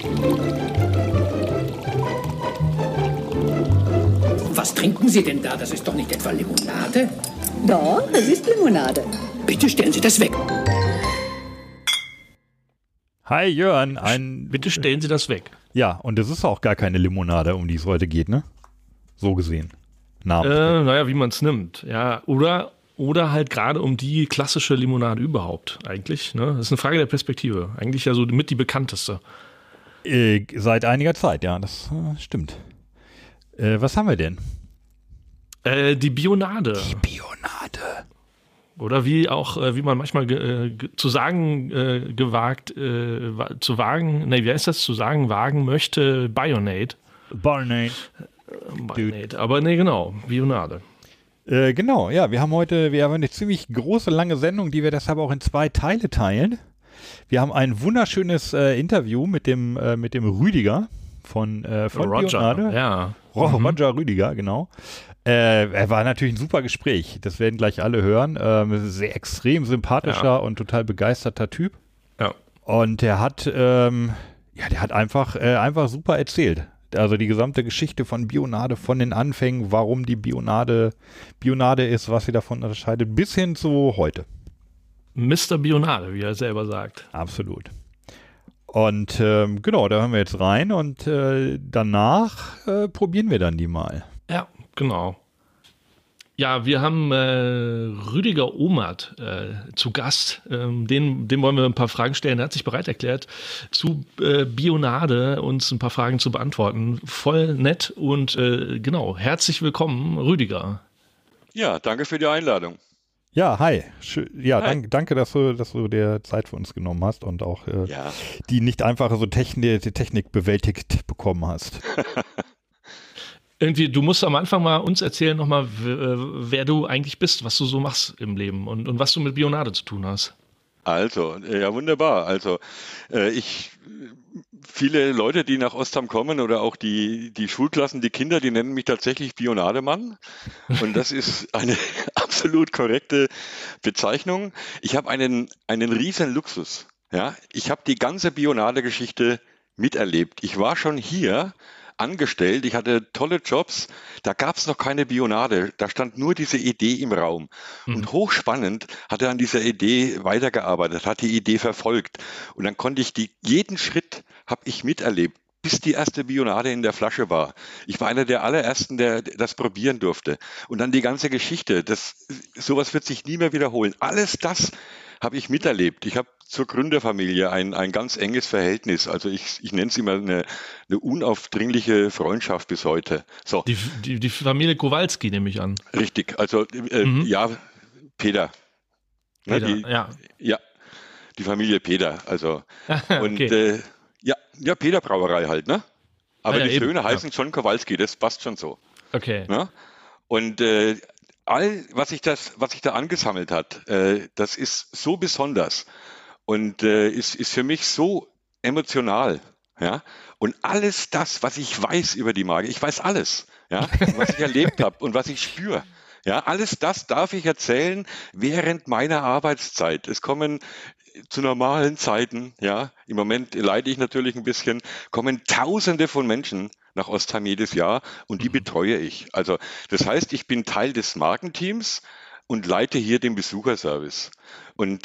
Was trinken Sie denn da? Das ist doch nicht etwa Limonade? Doch, es ist Limonade. Bitte stellen Sie das weg. Hi Jörn, Bitte stellen Sie das weg. Ja, und es ist auch gar keine Limonade, um die es heute geht, ne? So gesehen. Naja, wie man es nimmt. Ja, oder halt gerade um die klassische Limonade überhaupt eigentlich. Ne? Das ist eine Frage der Perspektive. Eigentlich ja so mit die bekannteste. Seit einiger Zeit, ja, das stimmt. Was haben wir denn? Die Bionade. Die Bionade. Oder wie man manchmal zu sagen wagen möchte, Bionade. Bionade. Aber nee, genau, Bionade. Genau, ja, wir haben eine ziemlich große, lange Sendung, die wir deshalb auch in 2 Teile teilen. Wir haben ein wunderschönes Interview mit dem Rüdiger von Roger, Bionade. ja. Roger Rüdiger, genau. Er war natürlich ein super Gespräch. Das werden gleich alle hören. Sehr extrem sympathischer und total begeisterter Typ. Ja. Und der hat einfach super erzählt. Also die gesamte Geschichte von Bionade, von den Anfängen, warum die Bionade ist, was sie davon unterscheidet, bis hin zu heute. Mr. Bionade, wie er selber sagt. Absolut. Und genau, da hören wir jetzt rein und danach probieren wir dann die mal. Ja, genau. Ja, wir haben Rüdiger Ohmert zu Gast. Den wollen wir ein paar Fragen stellen. Er hat sich bereit erklärt, zu Bionade uns ein paar Fragen zu beantworten. Voll nett und genau, herzlich willkommen, Rüdiger. Ja, danke für die Einladung. Ja, hi. Hi. Danke, dass du dir Zeit für uns genommen hast und auch Ja. die nicht einfache so Technik bewältigt bekommen hast. Irgendwie, du musst am Anfang mal uns erzählen nochmal, wer du eigentlich bist, was du so machst im Leben und was du mit Bionade zu tun hast. Also, ja, wunderbar. Also, viele Leute, die nach Ostheim kommen oder auch die Schulklassen, die Kinder, die nennen mich tatsächlich Bionademann. Und das ist eine absolut korrekte Bezeichnung. Ich habe einen riesen Luxus. Ja, ich habe die ganze Bionade-Geschichte miterlebt. Ich war schon hier angestellt, ich hatte tolle Jobs, da gab es noch keine Bionade, da stand nur diese Idee im Raum. Und hochspannend hat er an dieser Idee weitergearbeitet, hat die Idee verfolgt. Und dann konnte ich jeden Schritt habe ich miterlebt, bis die erste Bionade in der Flasche war. Ich war einer der allerersten, der das probieren durfte. Und dann die ganze Geschichte, sowas wird sich nie mehr wiederholen. Alles das habe ich miterlebt. Ich habe zur Gründerfamilie ein ganz enges Verhältnis. Also ich nenne es immer eine unaufdringliche Freundschaft bis heute. So. Die Familie Kowalski nehme ich an. Richtig, also ja, Peter. Peter, Ja, die Familie Peter. Also und okay. ja, Peter Brauerei halt, ne? Aber ja, die eben, Söhne heißen schon Kowalski, das passt schon so. Okay. Ne? Und was sich da angesammelt hat, das ist so besonders und ist für mich so emotional, ja. Und alles das, was ich weiß über die Marke, ich weiß alles, ja, was ich erlebt habe und was ich spüre. Ja, alles das darf ich erzählen während meiner Arbeitszeit. Es kommen zu normalen Zeiten, ja, im Moment leide ich natürlich ein bisschen, kommen Tausende von Menschen nach Ostheim jedes Jahr und die betreue ich. Also das heißt, ich bin Teil des Markenteams und leite hier den Besucherservice. Und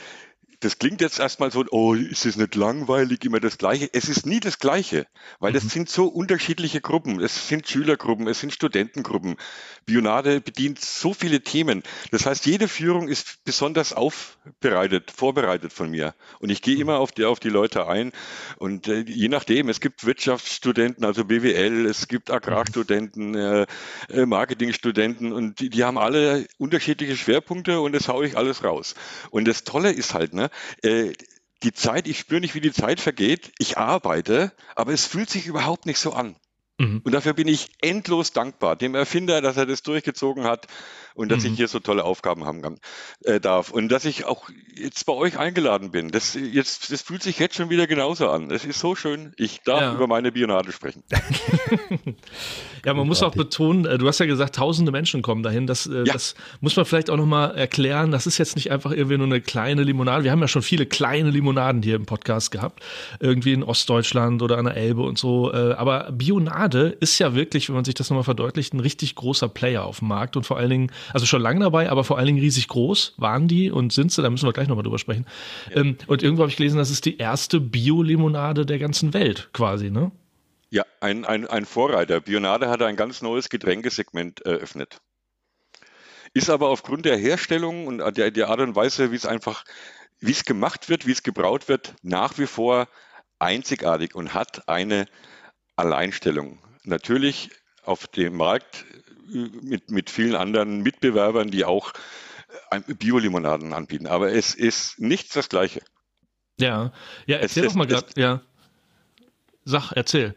das klingt jetzt erstmal so, oh, ist es nicht langweilig, immer das Gleiche? Es ist nie das Gleiche, weil das sind so unterschiedliche Gruppen. Es sind Schülergruppen, es sind Studentengruppen. Bionade bedient so viele Themen. Das heißt, jede Führung ist besonders vorbereitet von mir. Und ich gehe immer auf die Leute ein. Und je nachdem, es gibt Wirtschaftsstudenten, also BWL, es gibt Agrarstudenten, Marketingstudenten und die haben alle unterschiedliche Schwerpunkte und das haue ich alles raus. Und das Tolle ist halt, ne, die Zeit, ich spüre nicht, wie die Zeit vergeht. Ich arbeite, aber es fühlt sich überhaupt nicht so an. Und dafür bin ich endlos dankbar dem Erfinder, dass er das durchgezogen hat und dass ich hier so tolle Aufgaben haben darf und dass ich auch jetzt bei euch eingeladen bin. Das fühlt sich jetzt schon wieder genauso an. Es ist so schön. Ich darf über meine Bionade sprechen. Ja, man muss auch betonen, du hast ja gesagt, tausende Menschen kommen dahin. Das muss man vielleicht auch nochmal erklären. Das ist jetzt nicht einfach irgendwie nur eine kleine Limonade. Wir haben ja schon viele kleine Limonaden hier im Podcast gehabt. Irgendwie in Ostdeutschland oder an der Elbe und so. Aber Bionade ist ja wirklich, wenn man sich das nochmal verdeutlicht, ein richtig großer Player auf dem Markt und vor allen Dingen, also schon lange dabei, aber vor allen Dingen riesig groß waren die und sind sie. Da müssen wir gleich nochmal drüber sprechen. Ja. Und irgendwo habe ich gelesen, das ist die erste Bio-Limonade der ganzen Welt quasi, ne? Ja, ein Vorreiter. Bionade hat ein ganz neues Getränkesegment eröffnet. Ist aber aufgrund der Herstellung und der Art und Weise, wie es gemacht wird, wie es gebraut wird, nach wie vor einzigartig und hat eine Alleinstellung. Natürlich auf dem Markt mit vielen anderen Mitbewerbern, die auch Bio-Limonaden anbieten. Aber es ist nichts das Gleiche. Ja, erzähl doch mal gerade. Ja. Erzähl.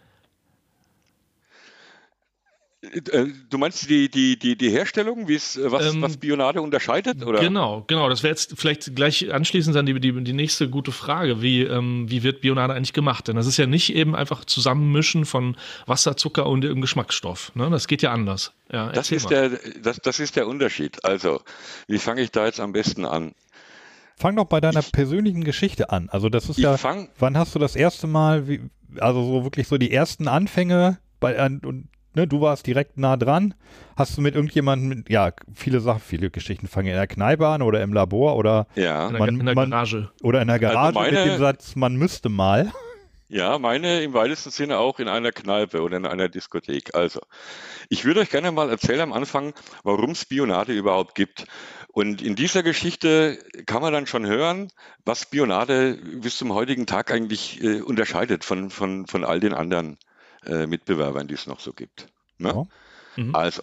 Du meinst die Herstellung, was Bionade unterscheidet? Oder? Genau. Das wäre jetzt vielleicht gleich anschließend dann die nächste gute Frage. Wie wird Bionade eigentlich gemacht? Denn das ist ja nicht eben einfach Zusammenmischen von Wasser, Zucker und irgendeinem Geschmacksstoff. Ne? Das geht ja anders. Ja, das ist der Unterschied. Also, wie fange ich da jetzt am besten an? Fang doch bei deiner persönlichen Geschichte an. Also das ist wann hast du das erste Mal, also so wirklich so die ersten Anfänge du warst direkt nah dran. Hast du mit irgendjemandem, viele Geschichten fangen in der Kneipe an oder im Labor oder in der Garage. Oder in der Garage mit dem Satz, man müsste mal. Ja, meine im weitesten Sinne auch in einer Kneipe oder in einer Diskothek. Also, ich würde euch gerne mal erzählen am Anfang, warum es Bionade überhaupt gibt. Und in dieser Geschichte kann man dann schon hören, was Bionade bis zum heutigen Tag eigentlich unterscheidet von all den anderen Mitbewerbern, die es noch so gibt. Ne? Ja. Mhm. Also,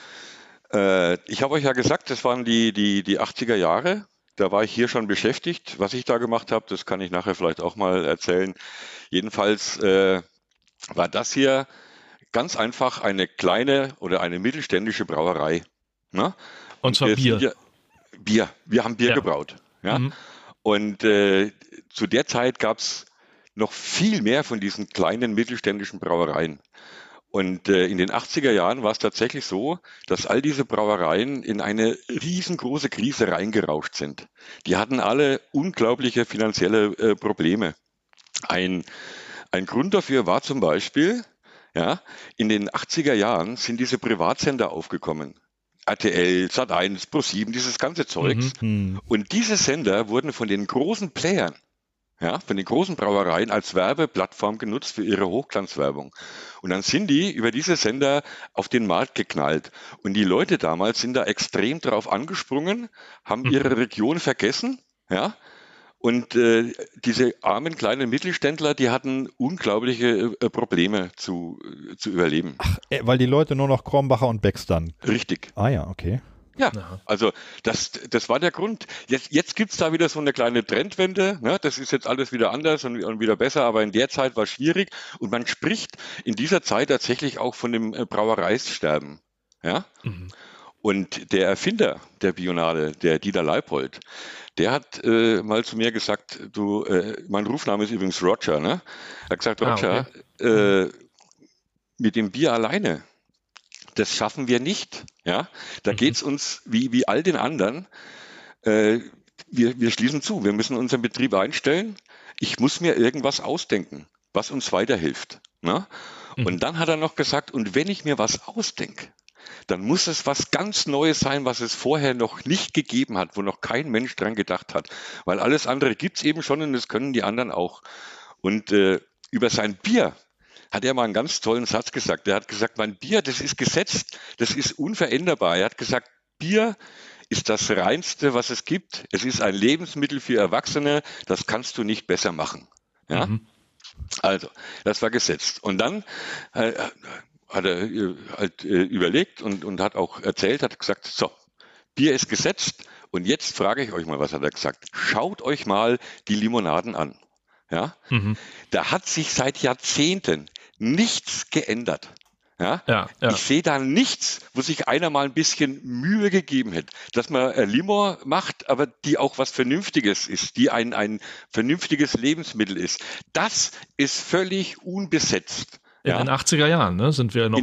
ich habe euch ja gesagt, das waren die 80er Jahre. Da war ich hier schon beschäftigt. Was ich da gemacht habe, das kann ich nachher vielleicht auch mal erzählen. Jedenfalls war das hier ganz einfach eine kleine oder eine mittelständische Brauerei. Ne? Und zwar Bier. Bier. Wir haben Bier gebraut. Ja? Mhm. Und zu der Zeit gab es noch viel mehr von diesen kleinen mittelständischen Brauereien. Und in den 80er Jahren war es tatsächlich so, dass all diese Brauereien in eine riesengroße Krise reingerauscht sind. Die hatten alle unglaubliche finanzielle Probleme. Ein Grund dafür war zum Beispiel, in den 80er Jahren sind diese Privatsender aufgekommen. RTL, Sat.1, Pro7, dieses ganze Zeugs. Und diese Sender wurden von den großen Playern, von den großen Brauereien als Werbeplattform genutzt für ihre Hochglanzwerbung. Und dann sind die über diese Sender auf den Markt geknallt. Und die Leute damals sind da extrem drauf angesprungen, haben ihre Region vergessen, Und diese armen kleinen Mittelständler, die hatten unglaubliche Probleme zu überleben. Ach, weil die Leute nur noch Krombacher und Becks dann. Richtig. Ah ja, okay. Ja, also das war der Grund. Jetzt gibt's da wieder so eine kleine Trendwende. Ne? Das ist jetzt alles wieder anders und wieder besser, aber in der Zeit war es schwierig. Und man spricht in dieser Zeit tatsächlich auch von dem Brauereisterben. Ja? Mhm. Und der Erfinder der Bionade, der Dieter Leipold, der hat mal zu mir gesagt, mein Rufname ist übrigens Roger, ne? Er hat gesagt, Roger, mit dem Bier alleine, das schaffen wir nicht. Ja? Da geht's uns wie all den anderen. Wir schließen zu. Wir müssen unseren Betrieb einstellen. Ich muss mir irgendwas ausdenken, was uns weiterhilft. Ne? Und dann hat er noch gesagt, und wenn ich mir was ausdenke, dann muss es was ganz Neues sein, was es vorher noch nicht gegeben hat, wo noch kein Mensch dran gedacht hat. Weil alles andere gibt's eben schon und das können die anderen auch. Und über sein Bier hat er mal einen ganz tollen Satz gesagt. Er hat gesagt, mein Bier, das ist gesetzt, das ist unveränderbar. Er hat gesagt, Bier ist das Reinste, was es gibt. Es ist ein Lebensmittel für Erwachsene, das kannst du nicht besser machen. Ja? Also, das war gesetzt. Und dann hat er halt überlegt und hat auch erzählt, hat gesagt, so, Bier ist gesetzt und jetzt frage ich euch mal, was hat er gesagt? Schaut euch mal die Limonaden an. Ja? Da hat sich seit Jahrzehnten nichts geändert. Ja? Ja. Ich sehe da nichts, wo sich einer mal ein bisschen Mühe gegeben hätte, dass man Limo macht, aber die auch was Vernünftiges ist, die ein vernünftiges Lebensmittel ist. Das ist völlig unbesetzt. In den 80er Jahren, ne, sind wir noch,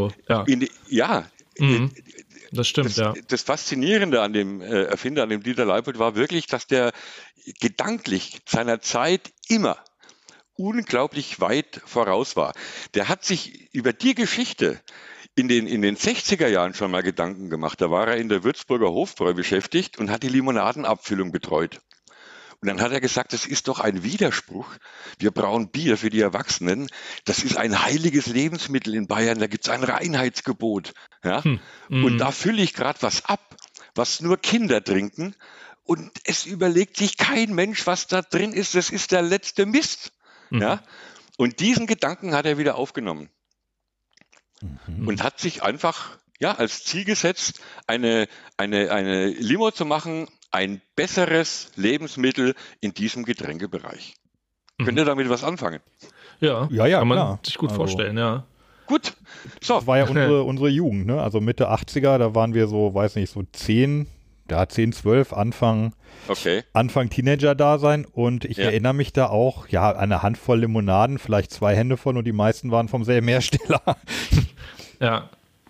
das stimmt, Das Faszinierende an dem Erfinder, an dem Dieter Leipold, war wirklich, dass der gedanklich seiner Zeit immer unglaublich weit voraus war. Der hat sich über die Geschichte in den 60er Jahren schon mal Gedanken gemacht. Da war er in der Würzburger Hofbräu beschäftigt und hat die Limonadenabfüllung betreut. Und dann hat er gesagt, das ist doch ein Widerspruch. Wir brauen Bier für die Erwachsenen. Das ist ein heiliges Lebensmittel in Bayern. Da gibt es ein Reinheitsgebot. Ja? Und da fülle ich gerade was ab, was nur Kinder trinken. Und es überlegt sich kein Mensch, was da drin ist. Das ist der letzte Mist. Ja? Und diesen Gedanken hat er wieder aufgenommen. Und hat sich einfach als Ziel gesetzt, eine Limo zu machen, ein besseres Lebensmittel in diesem Getränkebereich. Könnt ihr damit was anfangen? Ja, kann man sich gut vorstellen, ja. Gut. So. Das war ja unsere Jugend, ne? Also Mitte 80er, da waren wir so, 10, 12, Anfang Teenager-Dasein und ich erinnere mich da auch, eine Handvoll Limonaden, vielleicht 2 Hände voll und die meisten waren vom selben Hersteller. Ja.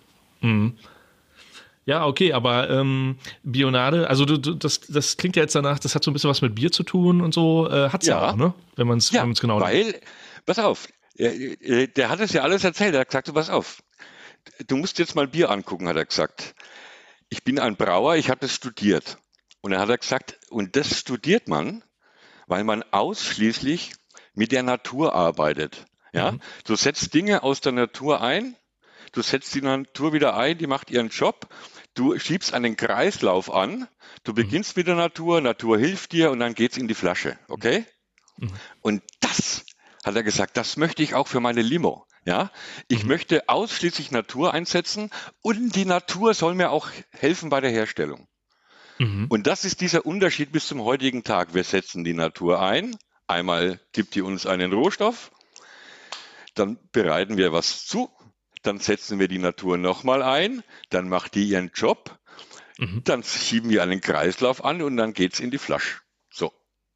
Ja, okay, aber Bionade, also das klingt ja jetzt danach, das hat so ein bisschen was mit Bier zu tun und so, hat's ja auch, ne? Wenn man es genau nimmt. Pass auf, der hat es ja alles erzählt, er hat gesagt, pass auf, du musst jetzt mal Bier angucken, hat er gesagt. Ich bin ein Brauer, ich habe das studiert. Und dann hat er gesagt, und das studiert man, weil man ausschließlich mit der Natur arbeitet. Ja? Du setzt Dinge aus der Natur ein, du setzt die Natur wieder ein, die macht ihren Job, du schiebst einen Kreislauf an, du beginnst mit der Natur, Natur hilft dir und dann geht's in die Flasche, okay? Und das, hat er gesagt, das möchte ich auch für meine Limo. Ja, ich möchte ausschließlich Natur einsetzen und die Natur soll mir auch helfen bei der Herstellung. Und das ist dieser Unterschied bis zum heutigen Tag. Wir setzen die Natur ein, einmal gibt die uns einen Rohstoff, dann bereiten wir was zu, dann setzen wir die Natur nochmal ein, dann macht die ihren Job, dann schieben wir einen Kreislauf an und dann geht's in die Flasche. So.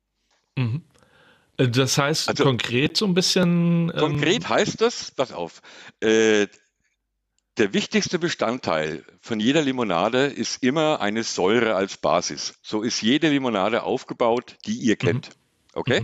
Das heißt konkret so ein bisschen... Konkret heißt das, pass auf, der wichtigste Bestandteil von jeder Limonade ist immer eine Säure als Basis. So ist jede Limonade aufgebaut, die ihr kennt. Okay?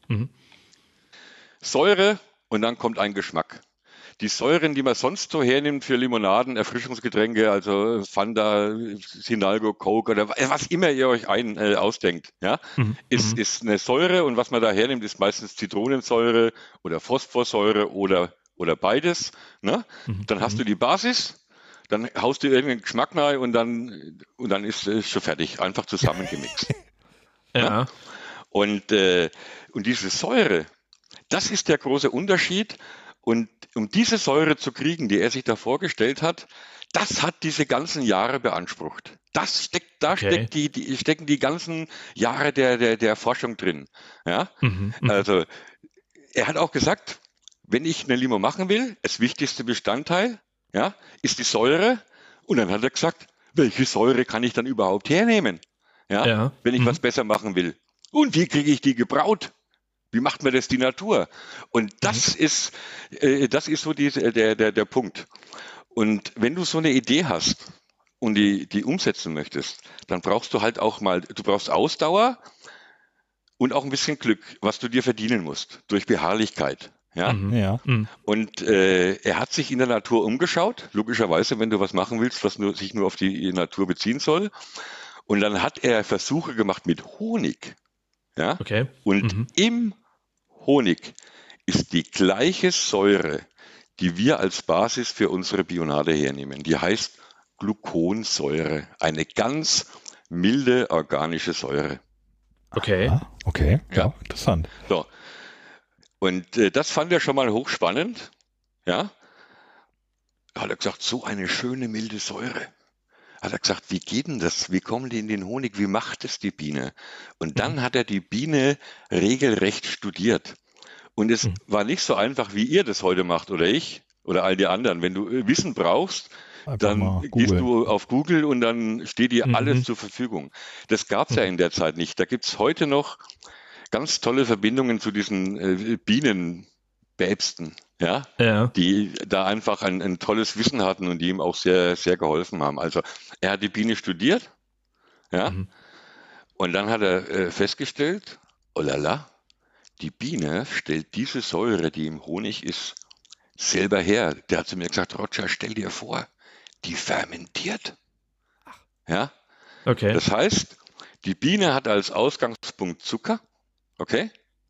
Säure und dann kommt ein Geschmack. Die Säuren, die man sonst so hernimmt für Limonaden, Erfrischungsgetränke, also Fanta, Sinalco, Coke oder was immer ihr euch ausdenkt, ist eine Säure und was man da hernimmt, ist meistens Zitronensäure oder Phosphorsäure oder beides. Ne? Dann hast du die Basis, dann haust du irgendeinen Geschmack rein und dann ist es schon fertig, einfach zusammengemixt. Ja. Und diese Säure, das ist der große Unterschied. Und um diese Säure zu kriegen, die er sich da vorgestellt hat, das hat diese ganzen Jahre beansprucht. Stecken die ganzen Jahre der Forschung drin. Ja? Also er hat auch gesagt, wenn ich eine Limo machen will, das wichtigste Bestandteil ist die Säure. Und dann hat er gesagt, welche Säure kann ich dann überhaupt hernehmen, wenn ich was besser machen will? Und wie kriege ich die gebraut? Wie macht man das die Natur? Und das ist so der Punkt. Und wenn du so eine Idee hast und die umsetzen möchtest, dann brauchst du halt auch du brauchst Ausdauer und auch ein bisschen Glück, was du dir verdienen musst, durch Beharrlichkeit. Ja? Und er hat sich in der Natur umgeschaut, logischerweise, wenn du was machen willst, was sich nur auf die Natur beziehen soll. Und dann hat er Versuche gemacht mit Honig. Ja? Okay. Und im Honig ist die gleiche Säure, die wir als Basis für unsere Bionade hernehmen. Die heißt Gluconsäure, eine ganz milde organische Säure. Okay. Okay, ja, interessant. So. Und das fand er schon mal hochspannend. Ja. Hat er gesagt, so eine schöne milde Säure. Hat er gesagt, wie geht denn das? Wie kommen die in den Honig? Wie macht es die Biene? Und dann hat er die Biene regelrecht studiert. Und es war nicht so einfach, wie ihr das heute macht oder ich, oder all die anderen. Wenn du Wissen brauchst, Einfach mal dann gehst googeln. du auf Google und dann steht dir alles zur Verfügung. Das gab es ja in der Zeit nicht. Da gibt es heute noch ganz tolle Verbindungen zu diesen Bienenpäpsten, ja, Ja. die da einfach ein tolles Wissen hatten und die ihm auch sehr, sehr geholfen haben. Also er hat die Biene studiert, ja, und dann hat er festgestellt, oh la la, die Biene stellt diese Säure, die im Honig ist, selber her. Der hat zu mir gesagt, Roger, stell dir vor, die fermentiert. Ja, Okay. das heißt, die Biene hat als Ausgangspunkt Zucker, okay?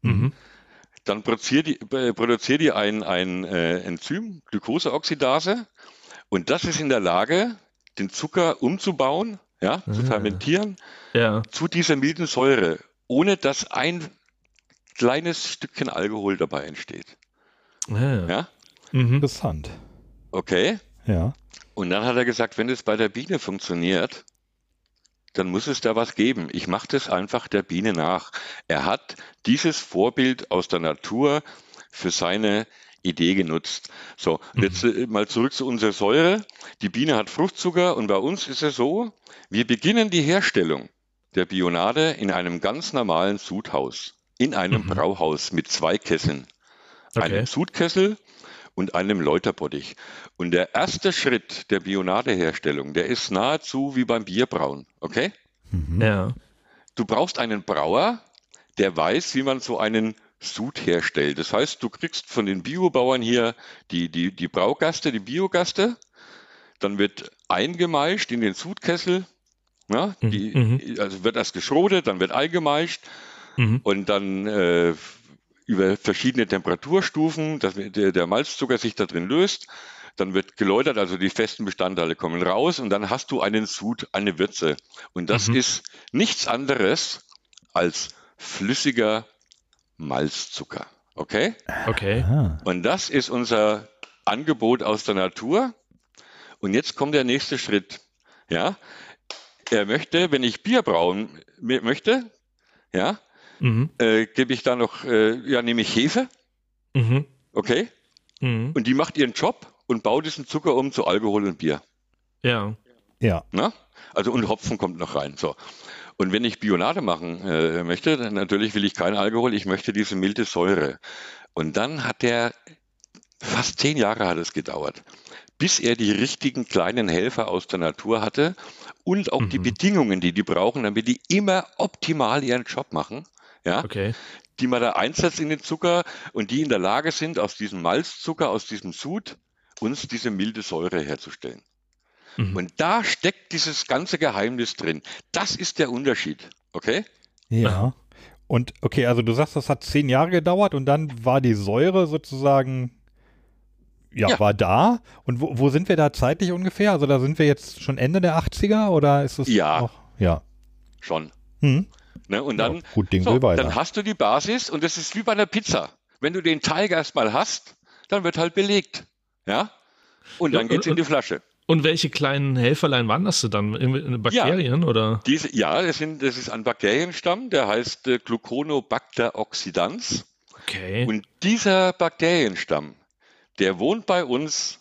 Dann produziert die ein Enzym, Glucoseoxidase, und das ist in der Lage, den Zucker umzubauen, ja, zu fermentieren, Ja. zu dieser milden Säure, ohne dass ein kleines Stückchen Alkohol dabei entsteht. Ja. Ja, Interessant. okay. Ja. Und dann hat er gesagt, wenn es bei der Biene funktioniert, dann muss es da was geben. Ich mache das einfach der Biene nach. Er hat dieses Vorbild aus der Natur für seine Idee genutzt. So, und jetzt mal zurück zu unserer Säure. Die Biene hat Fruchtzucker und bei uns ist es so, wir beginnen die Herstellung der Bionade in einem ganz normalen Sudhaus, in einem Brauhaus mit 2 Kesseln. Okay. Einem Sudkessel und einem Läuterbottich. Und der erste Schritt der Bionadeherstellung, der ist nahezu wie beim Bierbrauen, okay? Ja. Du brauchst einen Brauer, der weiß, wie man so einen Sud herstellt. Das heißt, du kriegst von den Biobauern hier die Braugaste, die Biogaste, dann wird eingemeischt in den Sudkessel, ja, also wird das geschrotet, dann wird eingemeischt und dann über verschiedene Temperaturstufen, dass der Malzzucker sich da drin löst, dann wird geläutert, also die festen Bestandteile kommen raus und dann hast du einen Sud, eine Würze. Und das ist nichts anderes als flüssiger Malzzucker. Okay? Okay. Und das ist unser Angebot aus der Natur. Und jetzt kommt der nächste Schritt. Ja? Er möchte, wenn ich Bier brauen möchte, ja, gebe ich da noch, nehme ich Hefe, okay, und die macht ihren Job und baut diesen Zucker um zu Alkohol und Bier. Ja. Ja. Na? Also und Hopfen kommt noch rein. So. Und wenn ich Bionade machen möchte, dann natürlich will ich keinen Alkohol, ich möchte diese milde Säure. Und dann hat der, fast 10 Jahre hat es gedauert, bis er die richtigen kleinen Helfer aus der Natur hatte und auch die Bedingungen, die brauchen, damit die immer optimal ihren Job machen. Ja, Okay. die man da einsetzt in den Zucker und die in der Lage sind, aus diesem Malzzucker, aus diesem Sud, uns diese milde Säure herzustellen. Und da steckt dieses ganze Geheimnis drin. Das ist der Unterschied, okay? Ja. Und okay, also du sagst, das hat 10 Jahre gedauert und dann war die Säure sozusagen, Ja. war da. Und wo sind wir da zeitlich ungefähr? Also da sind wir jetzt schon Ende der 80er oder ist es Ja. noch? Ja. Schon. Hm. Ne? Und dann, Ja, gut, Ding will weiter. dann hast du die Basis und das ist wie bei einer Pizza. Wenn du den Teig erstmal hast, dann wird halt belegt. Ja? Und dann geht's in die Flasche. Und welche kleinen Helferlein waren das dann? Irgendwelche Bakterien oder? Das ist ein Bakterienstamm, der heißt Gluconobacter oxidans. Okay. Und dieser Bakterienstamm, der wohnt bei uns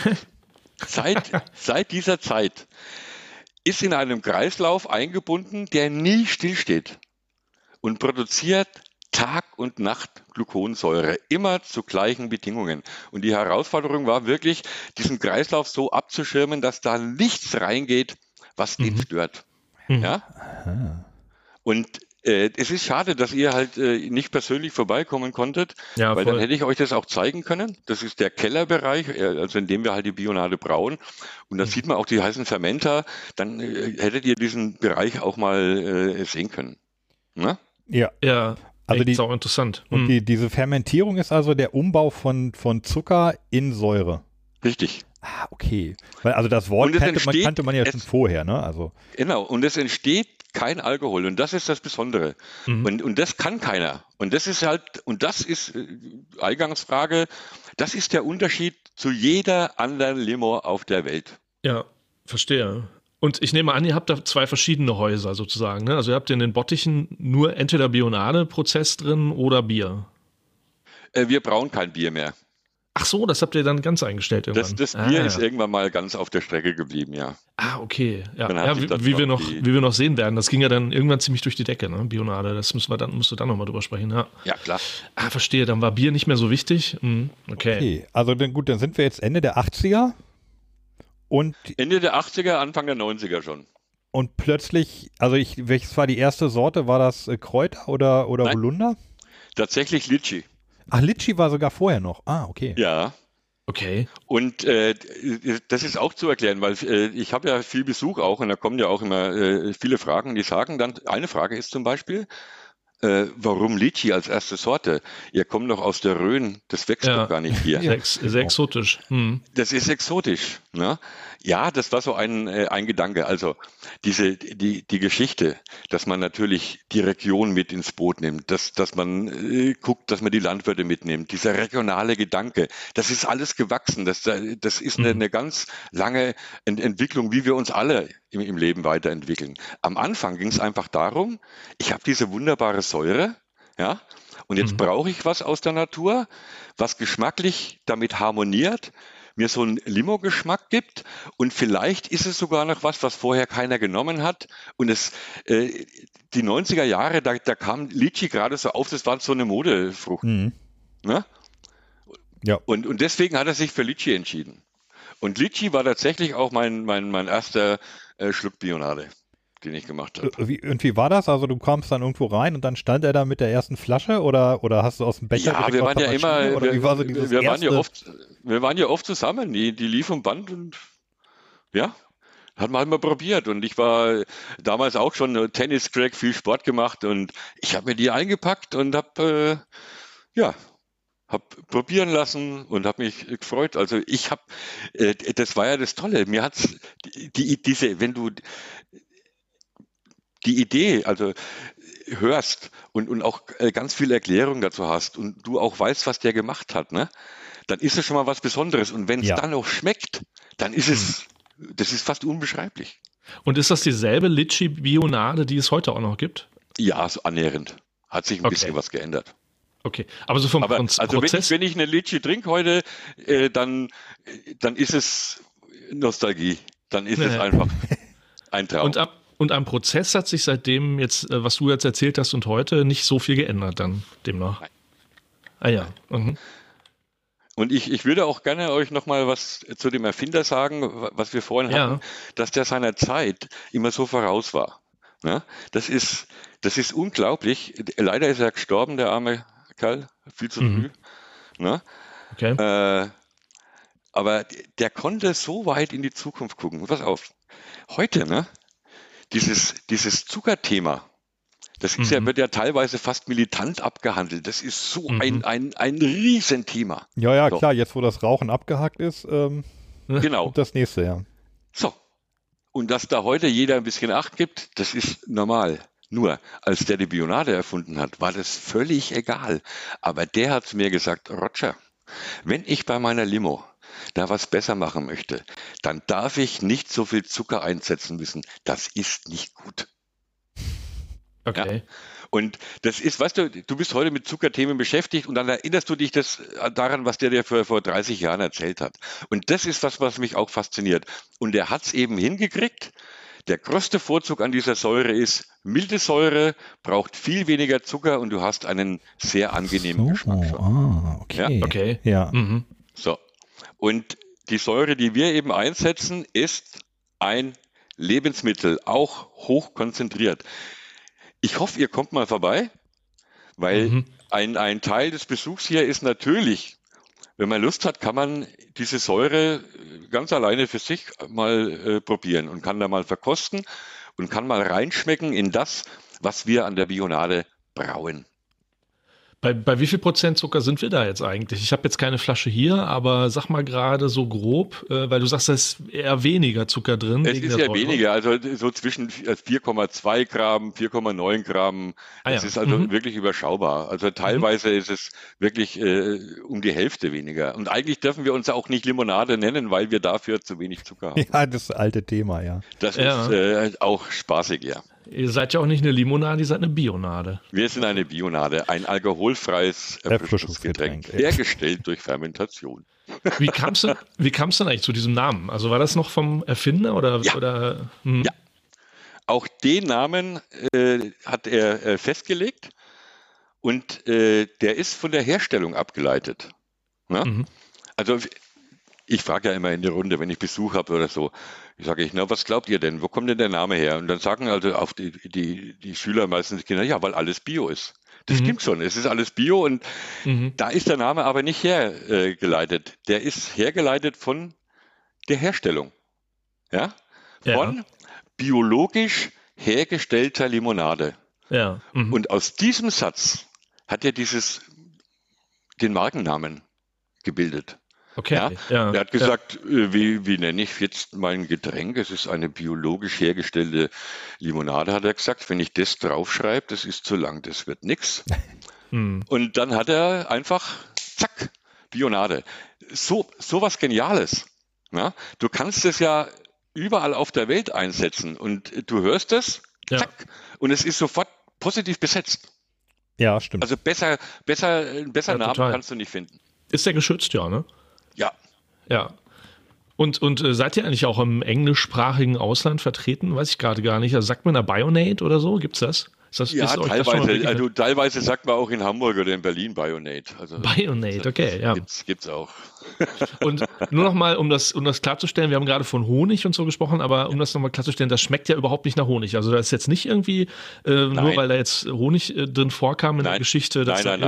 seit dieser Zeit, ist in einem Kreislauf eingebunden, der nie stillsteht und produziert Tag und Nacht Gluconsäure, immer zu gleichen Bedingungen. Und die Herausforderung war wirklich, diesen Kreislauf so abzuschirmen, dass da nichts reingeht, was den stört. Ja? Und es ist schade, dass ihr halt nicht persönlich vorbeikommen konntet, Ja, weil voll. dann hätte ich euch das auch zeigen können. Das ist der Kellerbereich, also in dem wir halt die Bionade brauen. Und da sieht man auch die heißen Fermenter. Dann hättet ihr diesen Bereich auch mal sehen können. Na? Ja. Ja, Also echt sau interessant. Und diese Fermentierung ist also der Umbau von Zucker in Säure. Richtig. Ah, okay. Weil, also das Wort Und es kannte man ja entsteht- schon vorher, ne? Also, Genau, und es entsteht kein Alkohol und das ist das Besondere. Und das kann keiner. Und das ist Eingangsfrage, das ist der Unterschied zu jeder anderen Limo auf der Welt. Ja, verstehe. Und ich nehme an, ihr habt da 2 verschiedene Häuser sozusagen, ne? Also ihr habt in den Bottichen nur entweder Bionade-Prozess drin oder Bier. Wir brauen kein Bier mehr. Ach so, das habt ihr dann ganz eingestellt irgendwann. Das Bier ist irgendwann mal ganz auf der Strecke geblieben, ja. Okay. Ja, Dann hat sich das wie wir noch sehen werden. Das ging ja dann irgendwann ziemlich durch die Decke, ne? Bionade. Das musst du dann nochmal drüber sprechen, ja. Ja, klar. Verstehe. Dann war Bier nicht mehr so wichtig. Okay. Also dann sind wir jetzt Ende der 80er und Ende der 80er, Anfang der 90er schon. Und plötzlich, welches war die erste Sorte? War das Kräuter oder Nein. Holunder? Tatsächlich Litschi. Ach, Litschi war sogar vorher noch. Ah, okay. Ja. Okay. Und das ist auch zu erklären, weil ich habe ja viel Besuch auch und da kommen ja auch immer viele Fragen. Die sagen dann, eine Frage ist zum Beispiel, warum Litschi als erste Sorte? Ihr kommt doch aus der Rhön, das wächst doch gar nicht hier. Sehr exotisch. Das ist exotisch. Ne? Ja, das war so ein Gedanke. Also die Geschichte, dass man natürlich die Region mit ins Boot nimmt, dass man guckt, dass man die Landwirte mitnimmt, dieser regionale Gedanke, das ist alles gewachsen. Das ist eine ganz lange Entwicklung, wie wir uns alle im Leben weiterentwickeln. Am Anfang ging es einfach darum, ich habe diese wunderbare Säure, ja, und jetzt brauche ich was aus der Natur, was geschmacklich damit harmoniert, mir so einen Limo-Geschmack gibt und vielleicht ist es sogar noch was vorher keiner genommen hat und die 90er Jahre, da kam Litschi gerade so auf, das war so eine Modefrucht. Ne? Ja. Und deswegen hat er sich für Litschi entschieden. Und Litschi war tatsächlich auch mein erster Schluck Bionade, den ich gemacht habe. Wie war das? Also du kamst dann irgendwo rein und dann stand er da mit der ersten Flasche oder hast du aus dem Becher? Ja, wir waren ja immer, oder wie war so dieses wir waren ja oft zusammen, die lief vom Band und ja, hat man halt mal probiert und ich war damals auch schon Tennis-Crack, viel Sport gemacht und ich habe mir die eingepackt und habe probieren lassen und habe mich gefreut. Also das war ja das Tolle. Mir hat's wenn du die Idee, also hörst und auch ganz viel Erklärung dazu hast und du auch weißt, was der gemacht hat, ne? Dann ist es schon mal was Besonderes. Und wenn es dann auch schmeckt, dann ist das ist fast unbeschreiblich. Und ist das dieselbe Litschi-Bionade, die es heute auch noch gibt? Ja, so annähernd. Hat sich ein bisschen was geändert. Okay, aber so vom Prozess. Wenn ich eine Litschi trinke heute, dann ist es Nostalgie. Dann ist es einfach ein Traum. Und am Prozess hat sich seitdem jetzt, was du jetzt erzählt hast und heute, nicht so viel geändert dann demnach. Nein. Ah ja. Mhm. Und ich würde auch gerne euch nochmal was zu dem Erfinder sagen, was wir vorhin hatten, dass der seiner Zeit immer so voraus war. Ne? Das ist unglaublich. Leider ist er gestorben, der arme Kerl, viel zu früh. Ne? Okay. Aber der konnte so weit in die Zukunft gucken. Pass auf. Heute, ne? Dieses Zuckerthema, das ist wird ja teilweise fast militant abgehandelt. Das ist so ein Riesenthema. Ja, klar, jetzt wo das Rauchen abgehakt ist, genau. Das nächste, ja. So. Und dass da heute jeder ein bisschen Acht gibt, das ist normal. Nur, als der die Bionade erfunden hat, war das völlig egal. Aber der hat mir gesagt, Roger, wenn ich bei meiner Limo da was besser machen möchte, dann darf ich nicht so viel Zucker einsetzen müssen. Das ist nicht gut. Okay. Ja? Und das ist, weißt du bist heute mit Zuckerthemen beschäftigt und dann erinnerst du dich daran, was der dir vor 30 Jahren erzählt hat. Und das ist was mich auch fasziniert. Und er hat es eben hingekriegt. Der größte Vorzug an dieser Säure ist, milde Säure braucht viel weniger Zucker und du hast einen sehr angenehmen Geschmack schon. Okay. Ja? Okay. Ja. So. Und die Säure, die wir eben einsetzen, ist ein Lebensmittel, auch hoch konzentriert. Ich hoffe, ihr kommt mal vorbei, weil ein Teil des Besuchs hier ist natürlich, wenn man Lust hat, kann man diese Säure ganz alleine für sich mal probieren und kann da mal verkosten und kann mal reinschmecken in das, was wir an der Bionade brauen. Bei wie viel Prozent Zucker sind wir da jetzt eigentlich? Ich habe jetzt keine Flasche hier, aber sag mal gerade so grob, weil du sagst, da ist eher weniger Zucker drin. Es ist ja weniger, also so zwischen 4,2 Gramm, 4,9 Gramm. Das ist also wirklich überschaubar. Also teilweise ist es wirklich um die Hälfte weniger. Und eigentlich dürfen wir uns auch nicht Limonade nennen, weil wir dafür zu wenig Zucker haben. Ja, das alte Thema, ja. Das ist auch spaßig, ja. Ihr seid ja auch nicht eine Limonade, ihr seid eine Bionade. Wir sind eine Bionade, ein alkoholfreies Erfrischungsgetränk, hergestellt durch Fermentation. Wie kam's denn eigentlich zu diesem Namen? Also war das noch vom Erfinder oder? Ja. Ja. Auch den Namen hat er festgelegt und der ist von der Herstellung abgeleitet. Ne? Mhm. Also ich frage ja immer in der Runde, wenn ich Besuch habe oder so, sage ich, na, was glaubt ihr denn? Wo kommt denn der Name her? Und dann sagen also auf die Schüler meistens, die Kinder, ja, weil alles Bio ist. Das stimmt schon, es ist alles Bio und da ist der Name aber nicht hergeleitet. Der ist hergeleitet von der Herstellung. Ja? Von biologisch hergestellter Limonade. Ja. Mhm. Und aus diesem Satz hat er den Markennamen gebildet. Okay. Ja? Er hat gesagt, wie nenne ich jetzt mein Getränk? Es ist eine biologisch hergestellte Limonade, hat er gesagt. Wenn ich das draufschreibe, das ist zu lang, das wird nix. Und dann hat er einfach, zack, Bionade. So was Geniales. Ja? Du kannst es ja überall auf der Welt einsetzen und du hörst es, zack, und es ist sofort positiv besetzt. Ja, stimmt. Also besser Namen total. kannst du nicht finden. Ist der geschützt, ja, ne? Ja. Ja. Und seid ihr eigentlich auch im englischsprachigen Ausland vertreten? Weiß ich gerade gar nicht. Also sagt man da Bionade oder so? Gibt's das? Ja, teilweise sagt man auch in Hamburg oder in Berlin Bionade. Also, Bionade, okay, ja. Gibt's auch. Und nur nochmal, um das klarzustellen, wir haben gerade von Honig und so gesprochen, aber um das nochmal klarzustellen, das schmeckt ja überhaupt nicht nach Honig. Also da ist jetzt nicht irgendwie, nur weil da jetzt Honig drin vorkam in der Geschichte.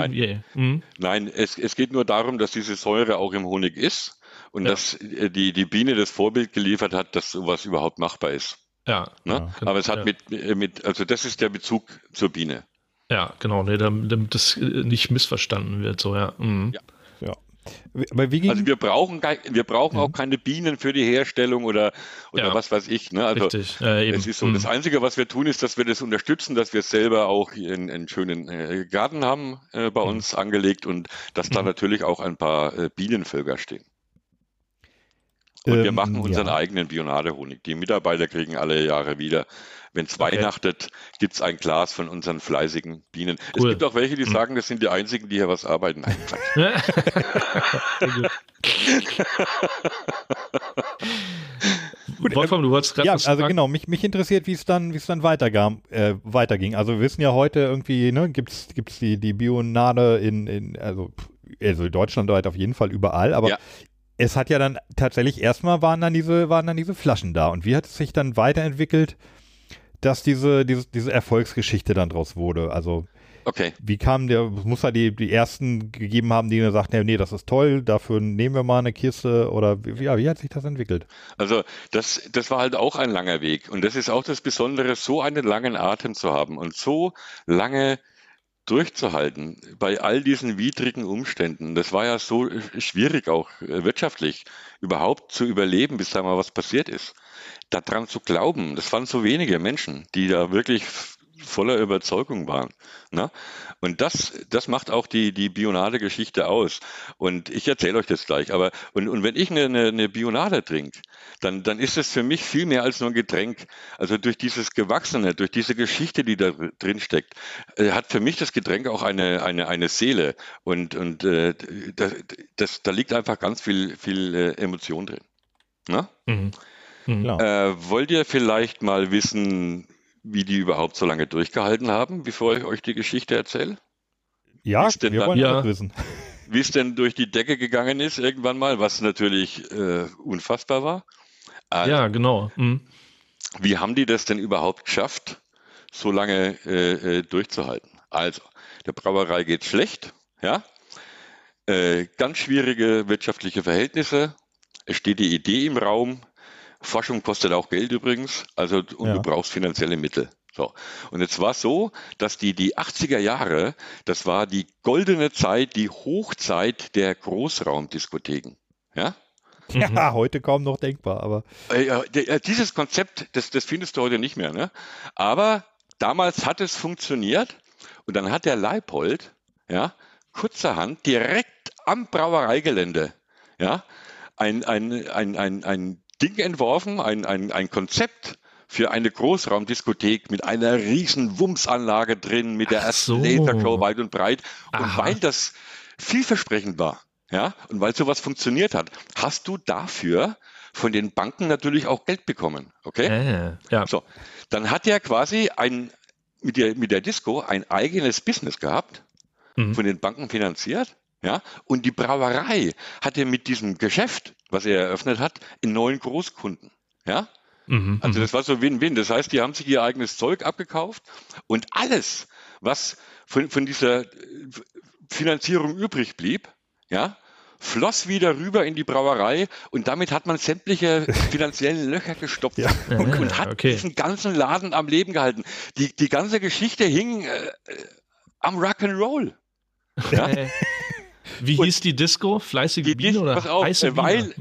Nein, es geht nur darum, dass diese Säure auch im Honig ist und dass die Biene das Vorbild geliefert hat, dass sowas überhaupt machbar ist. Ja. Ne? Aber es hat also das ist der Bezug zur Biene. Ja, genau, damit das nicht missverstanden wird, so, ja. Mhm. Ja. Aber also wir brauchen auch keine Bienen für die Herstellung oder was weiß ich. Ne? Also richtig. Es ist so. Das Einzige, was wir tun, ist, dass wir das unterstützen, dass wir selber auch einen schönen Garten haben bei uns angelegt und dass da natürlich auch ein paar Bienenvölker stehen. Und wir machen unseren eigenen Bionade-Honig. Die Mitarbeiter kriegen alle Jahre wieder, wenn es weihnachtet, gibt es ein Glas von unseren fleißigen Bienen. Cool. Es gibt auch welche, die sagen, das sind die einzigen, die hier was arbeiten. Gut, Wolfram, du wolltest gerade was sagen? Genau, mich interessiert, wie es dann weiterging. Also wir wissen ja heute irgendwie, ne, gibt's die Bionade also deutschlandweit auf jeden Fall überall, aber es hat ja dann tatsächlich erstmal waren dann diese Flaschen da. Und wie hat es sich dann weiterentwickelt, dass diese Erfolgsgeschichte dann draus wurde? Also wie kam muss er die ersten gegeben haben, die gesagt haben, nee, das ist toll, dafür nehmen wir mal eine Kiste oder wie hat sich das entwickelt? Also das war halt auch ein langer Weg. Und das ist auch das Besondere, so einen langen Atem zu haben und so lange durchzuhalten bei all diesen widrigen Umständen. Das war ja so schwierig auch wirtschaftlich überhaupt zu überleben, bis da mal was passiert ist. Daran zu glauben, das waren so wenige Menschen, die da wirklich voller Überzeugung waren. Ne? Und das macht auch die Bionade-Geschichte aus. Und ich erzähle euch das gleich. Aber und wenn ich eine Bionade trinke, dann ist es für mich viel mehr als nur ein Getränk. Also durch dieses Gewachsene, durch diese Geschichte, die da drin steckt, hat für mich das Getränk auch eine Seele. Und da liegt einfach ganz viel Emotion drin. Ne? Wollt ihr vielleicht mal wissen, wie die überhaupt so lange durchgehalten haben, bevor ich euch die Geschichte erzähle? Ja, wir wollen das wissen. Wie es denn durch die Decke gegangen ist irgendwann mal, was natürlich unfassbar war. Also, ja, genau. Wie haben die das denn überhaupt geschafft, so lange durchzuhalten? Also, der Brauerei geht schlecht, ja. Ganz schwierige wirtschaftliche Verhältnisse. Es steht die Idee im Raum. Forschung kostet auch Geld übrigens, und du brauchst finanzielle Mittel. So. Und jetzt war es so, dass die 80er Jahre, das war die goldene Zeit, die Hochzeit der Großraumdiskotheken. Ja? Ja, heute kaum noch denkbar, aber. Dieses Konzept, das findest du heute nicht mehr, ne? Aber damals hat es funktioniert und dann hat der Leipold, kurzerhand direkt am Brauereigelände, ein Ding entworfen, ein Konzept für eine Großraumdiskothek mit einer riesen Wumms-Anlage drin, mit der ersten so. Lasershow weit und breit. Und Aha. weil das vielversprechend war, ja, und weil sowas funktioniert hat, hast du dafür von den Banken natürlich auch Geld bekommen, okay? Ja. So, dann hat er quasi mit der Disco ein eigenes Business gehabt, von den Banken finanziert, ja, und die Brauerei hatte mit diesem Geschäft, was er eröffnet hat, einen neuen Großkunden, ja. Also das war so Win-Win. Das heißt, die haben sich ihr eigenes Zeug abgekauft und alles, was von dieser Finanzierung übrig blieb, ja, floss wieder rüber in die Brauerei und damit hat man sämtliche finanziellen Löcher gestopft und hat diesen ganzen Laden am Leben gehalten. Die ganze Geschichte hing am Rock'n'Roll. Ja? Wie hieß die Disco? Fleißige Biene oder pass auf, heiße Biene?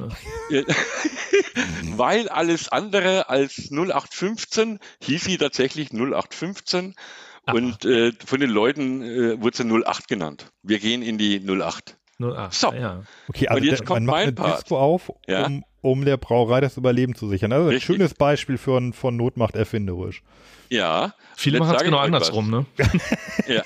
weil alles andere als 0815 hieß sie tatsächlich 0815 und von den Leuten wurde sie 08 genannt. Wir gehen in die 08. 08. So, okay, also und jetzt kommt man macht mein eine Part. Disco auf, Ja? um der Brauerei das Überleben zu sichern. Also ein Richtig. schönes Beispiel von Notmacht erfinderisch. Ja. Viele jetzt machen es sage ich genau euch andersrum, ne? Ja.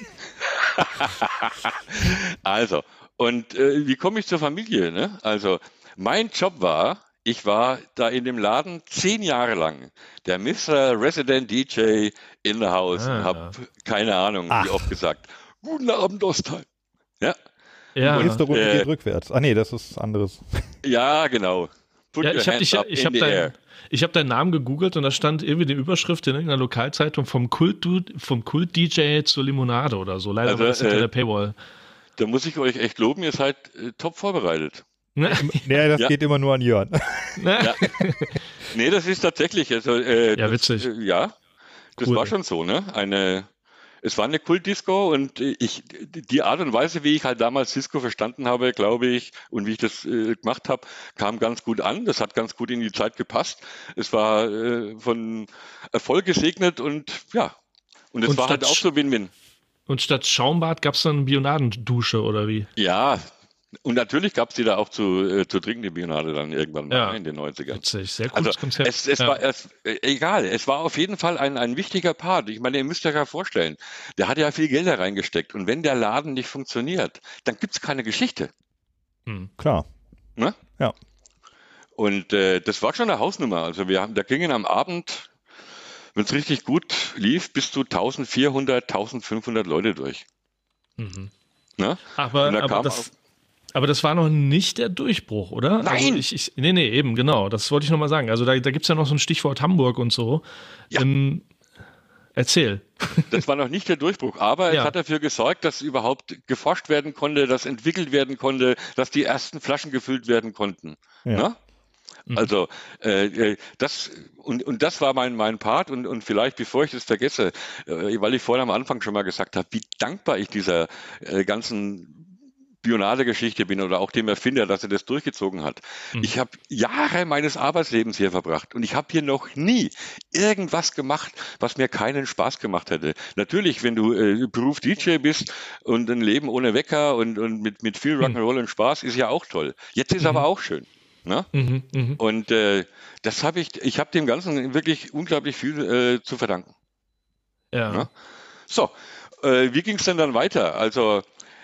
Also, und wie komme ich zur Familie? Ne? Also, mein Job war, ich war da in dem Laden 10 Jahre lang der Mr. Resident DJ in the House und habe keine Ahnung, wie oft gesagt, guten Abend, Ostheim. Ja, Ja. Die nächste Runde geht rückwärts. Ah nee, das ist anderes. ja genau. Put Ja, your ich habe hands up in the air. deinen Namen gegoogelt und da stand irgendwie die Überschrift in irgendeiner Lokalzeitung vom Kult-DJ zur Limonade oder so. Leider war das hinter der Paywall. Da muss ich euch echt loben, ihr seid top vorbereitet. Nee, das geht immer nur an Jörn. Ja. Nee, das ist tatsächlich, also, Ja, witzig. Das Cool. war schon so, ne? Es war eine Kultdisco und die Art und Weise, wie ich halt damals Disco verstanden habe, glaube ich, und wie ich das gemacht habe, kam ganz gut an. Das hat ganz gut in die Zeit gepasst. Es war von Erfolg gesegnet und ja. Und es Und war halt auch so Win-Win. Und statt Schaumbad gab es dann Bionadendusche oder wie? Ja, und natürlich gab es die da auch zu trinken, die Bionade dann irgendwann mal in den 90ern. Witzig, sehr cooles Konzept. Es war auf jeden Fall ein wichtiger Part. Ich meine, ihr müsst euch ja vorstellen, der hat ja viel Geld da reingesteckt. Und wenn der Laden nicht funktioniert, dann gibt es keine Geschichte. Klar. Ne? Ja. Und das war schon eine Hausnummer. Also da gingen am Abend, wenn es richtig gut lief, bis zu 1400, 1500 Leute durch. Ne? Aber das war noch nicht der Durchbruch, oder? Nein! Also nee, eben, genau. Das wollte ich nochmal sagen. Also da gibt es ja noch so ein Stichwort Hamburg und so. Ja. Erzähl. Das war noch nicht der Durchbruch, aber es hat dafür gesorgt, dass überhaupt geforscht werden konnte, dass entwickelt werden konnte, dass die ersten Flaschen gefüllt werden konnten. Ja. Ne? Also das war mein Part und vielleicht, bevor ich das vergesse, weil ich vorhin am Anfang schon mal gesagt habe, wie dankbar ich dieser ganzen Bionade-Geschichte bin oder auch dem Erfinder, dass er das durchgezogen hat. Ich habe Jahre meines Arbeitslebens hier verbracht und ich habe hier noch nie irgendwas gemacht, was mir keinen Spaß gemacht hätte. Natürlich, wenn du Beruf DJ bist und ein Leben ohne Wecker und mit viel Rock'n'Roll und Spaß, ist ja auch toll. Jetzt ist aber auch schön. Ne? Und ich habe dem Ganzen wirklich unglaublich viel zu verdanken. Ja. Ne? So, wie ging es denn dann weiter? Also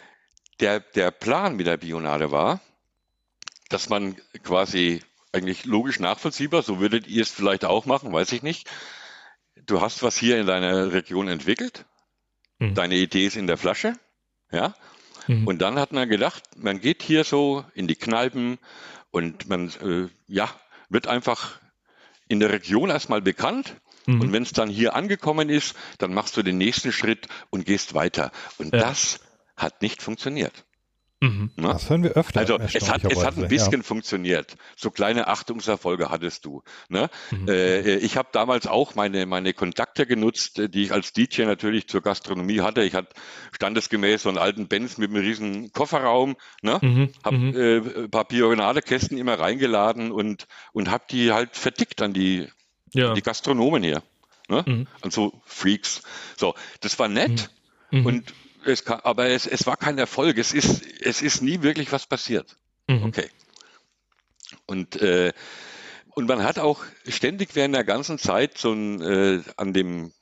der Plan mit der Bionade war, dass man quasi eigentlich logisch nachvollziehbar, so würdet ihr es vielleicht auch machen, weiß ich nicht. Du hast was hier in deiner Region entwickelt, deine Idee ist in der Flasche, ja. Und dann hat man gedacht, man geht hier so in die Kneipen und man wird einfach in der Region erstmal bekannt. Und wenn es dann hier angekommen ist, dann machst du den nächsten Schritt und gehst weiter. Und das hat nicht funktioniert. Ne? Das hören wir öfter. Also es hat ein bisschen funktioniert. So kleine Achtungserfolge hattest du. Ne? Ich habe damals auch meine Kontakte genutzt, die ich als DJ natürlich zur Gastronomie hatte. Ich hatte standesgemäß so einen alten Benz mit einem riesen Kofferraum. Ne? Habe ein paar Bionade-Kästen immer reingeladen und habe die halt vertickt an die Gastronomen hier. Ne? An so Freaks. So, das war nett und aber es war kein Erfolg. Es ist nie wirklich was passiert. Okay. Und Und man hat auch ständig während der ganzen Zeit so an dem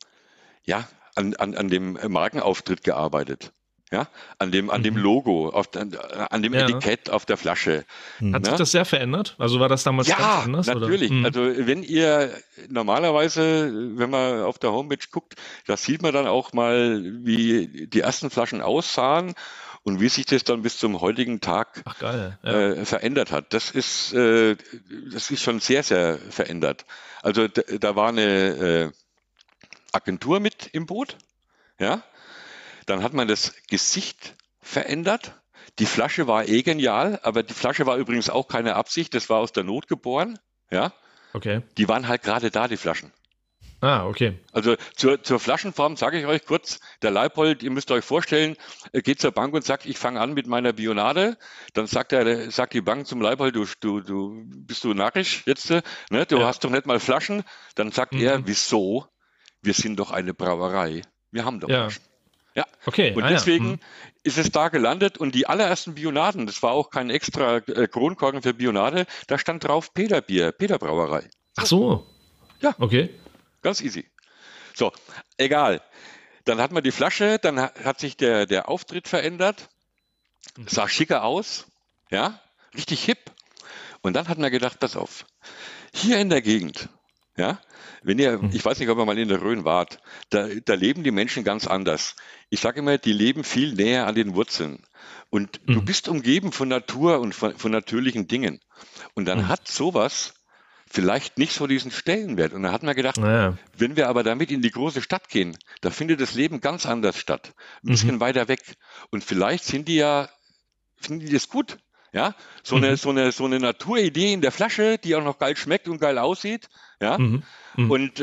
Markenauftritt gearbeitet. Ja, an dem Logo, an dem Etikett auf der Flasche. Hat sich das sehr verändert? Also war das damals ganz anders? Natürlich. Oder? Also wenn ihr normalerweise, wenn man auf der Homepage guckt, da sieht man dann auch mal, wie die ersten Flaschen aussahen und wie sich das dann bis zum heutigen Tag verändert hat. Das ist schon sehr, sehr verändert. Also da war eine Agentur mit im Boot, ja. Dann hat man das Gesicht verändert. Die Flasche war genial, aber die Flasche war übrigens auch keine Absicht, das war aus der Not geboren. Ja? Okay. Die waren halt gerade da, die Flaschen. Ah, okay. Also zur Flaschenform sage ich euch kurz, der Leipold, ihr müsst euch vorstellen, geht zur Bank und sagt, ich fange an mit meiner Bionade. Dann sagt die Bank zum Leipold, du bist du narrisch jetzt, ne? Du hast doch nicht mal Flaschen. Dann sagt er, wieso? Wir sind doch eine Brauerei. Wir haben doch Flaschen. Ja, okay. Und deswegen ist es da gelandet und die allerersten Bionaden, das war auch kein extra Kronkorken für Bionade, da stand drauf Peterbier, Peterbrauerei. Ach so. Ja. Okay. Ganz easy. So, egal. Dann hat man die Flasche, dann hat sich der Auftritt verändert, sah schicker aus, ja, richtig hip. Und dann hat man gedacht, pass auf, hier in der Gegend, ja, ich weiß nicht, ob ihr mal in der Rhön wart, da leben die Menschen ganz anders. Ich sage immer, die leben viel näher an den Wurzeln. Und du bist umgeben von Natur und von natürlichen Dingen. Und dann hat sowas vielleicht nicht so diesen Stellenwert. Und dann hat man gedacht, wenn wir aber damit in die große Stadt gehen, da findet das Leben ganz anders statt. Ein bisschen weiter weg. Und vielleicht finden die das gut. Ja, so eine Naturidee in der Flasche, die auch noch geil schmeckt und geil aussieht. Ja, und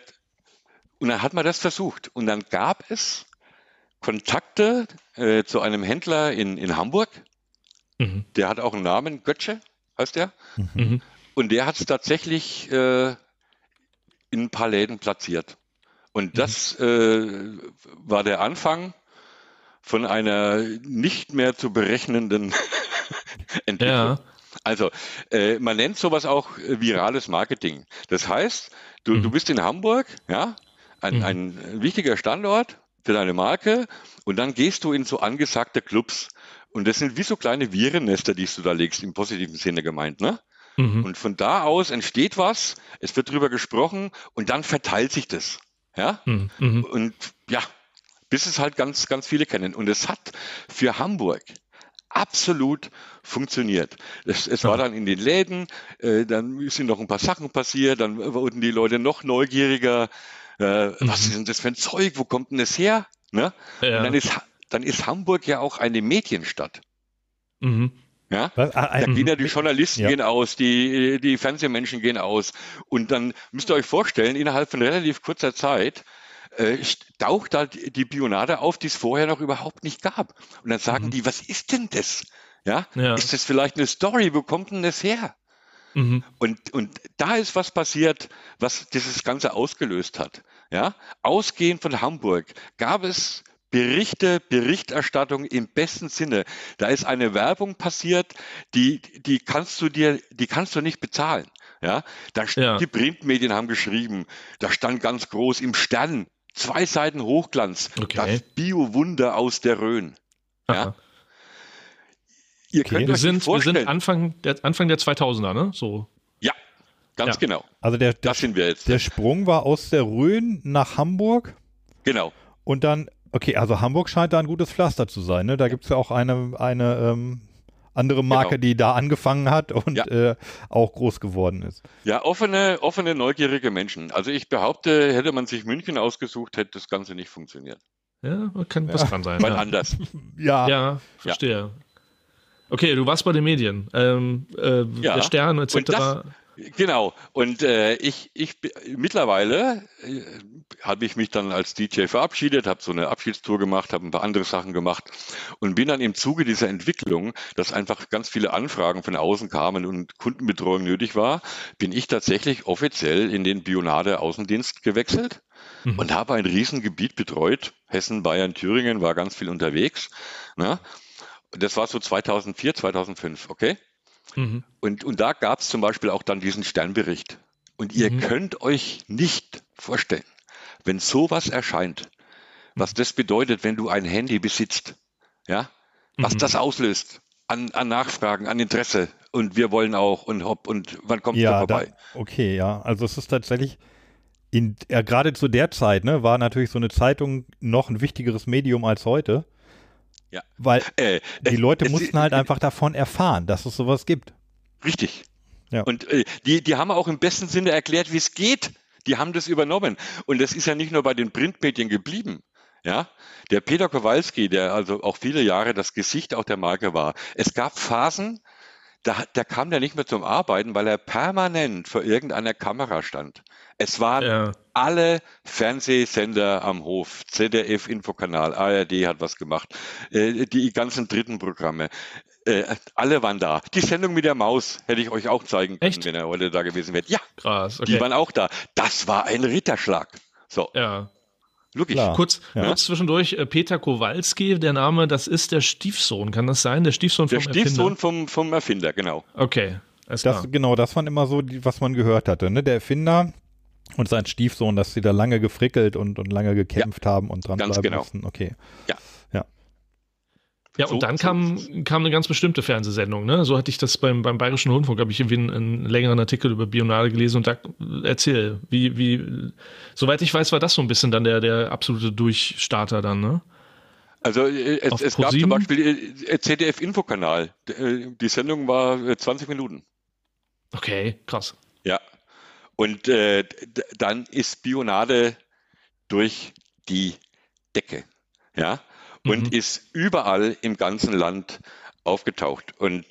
dann hat man das versucht. Und dann gab es Kontakte zu einem Händler in Hamburg. Der hat auch einen Namen, Götze heißt der. Und der hat es tatsächlich in ein paar Läden platziert. Und das war der Anfang von einer nicht mehr zu berechnenden Entwicklung. Ja. Also man nennt sowas auch virales Marketing. Das heißt, du bist in Hamburg, ja, ein wichtiger Standort für deine Marke und dann gehst du in so angesagte Clubs. Und das sind wie so kleine Virennester, die du da legst, im positiven Sinne gemeint, ne? Und von da aus entsteht was, es wird drüber gesprochen und dann verteilt sich das. Ja? Und ja, bis es halt ganz, ganz viele kennen. Und es hat für Hamburg absolut funktioniert. Es war dann in den Läden, dann sind noch ein paar Sachen passiert, dann wurden die Leute noch neugieriger. Was ist denn das für ein Zeug? Wo kommt denn das her? Ne? Ja. Und dann ist Hamburg ja auch eine Medienstadt. Ja? Da gehen ja die Journalisten gehen aus, die Fernsehmenschen gehen aus. Und dann müsst ihr euch vorstellen, innerhalb von relativ kurzer Zeit taucht da die Bionade auf, die es vorher noch überhaupt nicht gab. Und dann sagen die, was ist denn das? Ja? Ist das vielleicht eine Story? Wo kommt denn das her? Und da ist was passiert, was dieses Ganze ausgelöst hat. Ja? Ausgehend von Hamburg gab es Berichterstattung im besten Sinne. Da ist eine Werbung passiert, die kannst du nicht bezahlen. Ja? Die Printmedien haben geschrieben, da stand ganz groß im Stern, 2 Seiten Hochglanz, das Bio-Wunder aus der Rhön. Ja? Ihr könnt euch vorstellen, wir sind Anfang der 2000er, ne? So. Ja, ganz genau. Also das sind wir jetzt. Der Sprung war aus der Rhön nach Hamburg. Genau. Und dann, okay, also Hamburg scheint da ein gutes Pflaster zu sein, ne? Da gibt es ja auch eine andere Marke, die da angefangen hat und auch groß geworden ist. Ja, offene, neugierige Menschen. Also ich behaupte, hätte man sich München ausgesucht, hätte das Ganze nicht funktioniert. Ja, kann was dran sein. Weil anders. Ja, verstehe. Ja. Okay, du warst bei den Medien. Der Stern etc. Genau. Und mittlerweile habe ich mich dann als DJ verabschiedet, habe so eine Abschiedstour gemacht, habe ein paar andere Sachen gemacht und bin dann im Zuge dieser Entwicklung, dass einfach ganz viele Anfragen von außen kamen und Kundenbetreuung nötig war, bin ich tatsächlich offiziell in den Bionade-Außendienst gewechselt und habe ein Riesengebiet betreut. Hessen, Bayern, Thüringen, war ganz viel unterwegs. Ne? Das war so 2004, 2005, okay? Und da gab es zum Beispiel auch dann diesen Sternbericht. Und ihr könnt euch nicht vorstellen, wenn sowas erscheint, was das bedeutet, wenn du ein Handy besitzt, ja, was das auslöst an Nachfragen, an Interesse und wir wollen auch und hopp und wann kommt ihr vorbei? Okay, ja, also es ist tatsächlich gerade zu der Zeit, ne, war natürlich so eine Zeitung noch ein wichtigeres Medium als heute, weil die Leute mussten halt einfach davon erfahren, dass es sowas gibt. Richtig. Ja. Und die haben auch im besten Sinne erklärt, wie es geht. Die haben das übernommen. Und das ist ja nicht nur bei den Printmedien geblieben. Ja, der Peter Kowalski, der also auch viele Jahre das Gesicht auch der Marke war. Es gab Phasen, da kam der nicht mehr zum Arbeiten, weil er permanent vor irgendeiner Kamera stand. Es waren alle Fernsehsender am Hof, ZDF, Infokanal, ARD hat was gemacht, die ganzen dritten Programme. Alle waren da. Die Sendung mit der Maus hätte ich euch auch zeigen können, wenn er heute da gewesen wäre. Ja, krass, okay. Die waren auch da. Das war ein Ritterschlag. So. Ja. Wirklich. Kurz zwischendurch, Peter Kowalski, der Name, das ist der Stiefsohn, kann das sein? Der Stiefsohn vom Erfinder? Der Stiefsohn vom Erfinder, genau. Okay, das waren immer so, was man gehört hatte, ne? Der Erfinder und sein Stiefsohn, dass sie da lange gefrickelt und lange gekämpft haben und dranbleiben mussten. Okay. Ja, und dann kam eine ganz bestimmte Fernsehsendung, ne? So hatte ich das beim Bayerischen Rundfunk, habe ich irgendwie einen längeren Artikel über Bionade gelesen und da erzähl, wie, soweit ich weiß, war das so ein bisschen dann der absolute Durchstarter dann, ne? Also es gab zum Beispiel ZDF Infokanal, die Sendung war 20 Minuten. Okay, krass. Ja, und dann ist Bionade durch die Decke, ja. Und ist überall im ganzen Land aufgetaucht. Und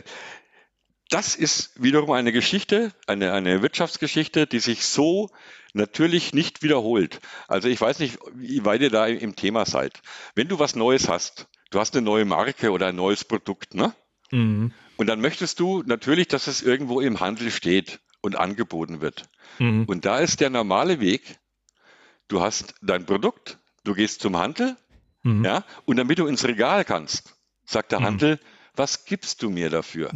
das ist wiederum eine Geschichte, eine Wirtschaftsgeschichte, die sich so natürlich nicht wiederholt. Also ich weiß nicht, wie weit ihr da im Thema seid. Wenn du was Neues hast, du hast eine neue Marke oder ein neues Produkt, ne? Und dann möchtest du natürlich, dass es irgendwo im Handel steht und angeboten wird. Und da ist der normale Weg, du hast dein Produkt, du gehst zum Handel, ja, und damit du ins Regal kannst, sagt der Handel, was gibst du mir dafür?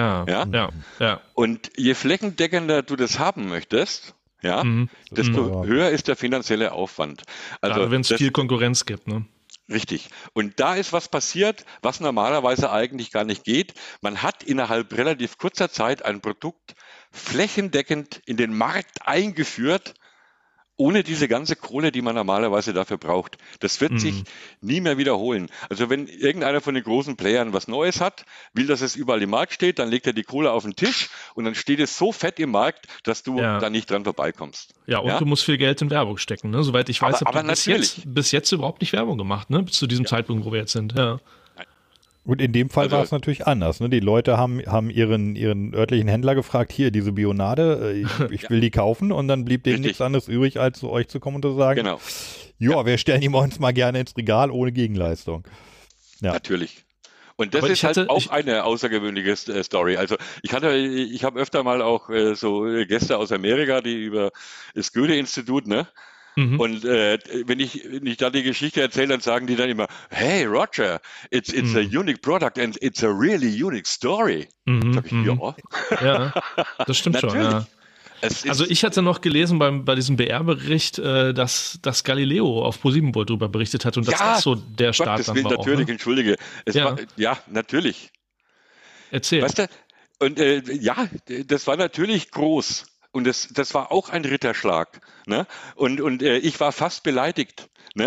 Ja. Und je flächendeckender du das haben möchtest, desto höher ist der finanzielle Aufwand. Also wenn es viel Konkurrenz gibt, ne? Richtig. Und da ist was passiert, was normalerweise eigentlich gar nicht geht. Man hat innerhalb relativ kurzer Zeit ein Produkt flächendeckend in den Markt eingeführt, ohne diese ganze Kohle, die man normalerweise dafür braucht. Das wird sich nie mehr wiederholen. Also wenn irgendeiner von den großen Playern was Neues hat, will, dass es überall im Markt steht, dann legt er die Kohle auf den Tisch und dann steht es so fett im Markt, dass du da nicht dran vorbeikommst. Ja, und du musst viel Geld in Werbung stecken, ne? Soweit ich weiß, habt ihr bis jetzt überhaupt nicht Werbung gemacht, ne? Bis zu diesem Zeitpunkt, wo wir jetzt sind. Ja. Und in dem Fall war es natürlich anders. Ne? Die Leute haben ihren örtlichen Händler gefragt, hier, diese Bionade, ich will die kaufen. Und dann blieb denen nichts anderes übrig, als zu euch zu kommen und zu sagen, wir stellen die uns mal gerne ins Regal ohne Gegenleistung. Ja. Natürlich. Und das ist halt auch eine außergewöhnliche Story. Also ich habe öfter mal auch so Gäste aus Amerika, die über das Goethe-Institut, ne? Und wenn ich da die Geschichte erzähle, dann sagen die dann immer, hey Roger, it's a unique product and it's a really unique story. Sag ich, ja, das stimmt schon. Ja. Also ich hatte noch gelesen bei diesem BR-Bericht, dass Galileo auf ProSieben wohl drüber berichtet hat und dass das so der Start dann war. Natürlich, auch, ne? Entschuldige. Natürlich. Erzähl. Weißt du, und das war natürlich groß. Und das war auch ein Ritterschlag. Ne? Und ich war fast beleidigt. Ne?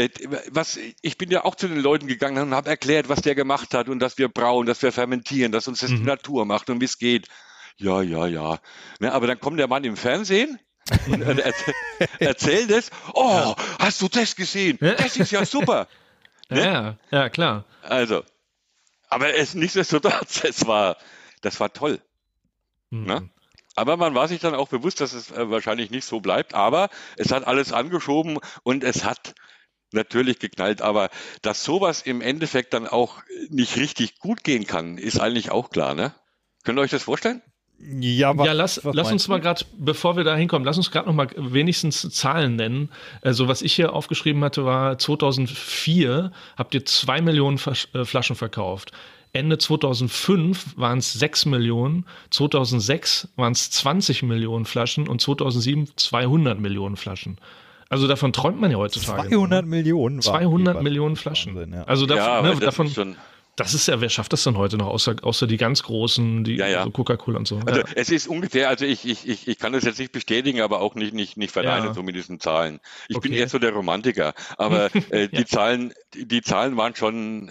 Ich bin ja auch zu den Leuten gegangen und habe erklärt, was der gemacht hat und dass wir brauen, dass wir fermentieren, dass uns das die Natur macht und wie es geht. Ja. Ne? Aber dann kommt der Mann im Fernsehen und erzählt es. Oh, hast du das gesehen? Das ist ja super. Ne? Ja, klar. Also, aber nichtsdestotrotz, das war toll. Ne? Aber man war sich dann auch bewusst, dass es wahrscheinlich nicht so bleibt. Aber es hat alles angeschoben und es hat natürlich geknallt. Aber dass sowas im Endeffekt dann auch nicht richtig gut gehen kann, ist eigentlich auch klar, ne? Könnt ihr euch das vorstellen? Ja, lass uns mal gerade, bevor wir da hinkommen, lass uns gerade noch mal wenigstens Zahlen nennen. Also was ich hier aufgeschrieben hatte, war 2004 habt ihr 2 Millionen Flaschen verkauft. Ende 2005 waren es 6 Millionen, 2006 waren es 20 Millionen Flaschen und 2007 200 Millionen Flaschen. Also davon träumt man ja heutzutage. 200 Millionen. 200 Millionen Flaschen. Wahnsinn, ja. Also davon, schon. Das ist ja, wer schafft das dann heute noch, außer die ganz Großen, die so Coca-Cola und so. Also es ist ungefähr, also ich kann das jetzt nicht bestätigen, aber auch nicht verneinen so mit diesen Zahlen. Ich bin eher so der Romantiker, aber die Zahlen waren schon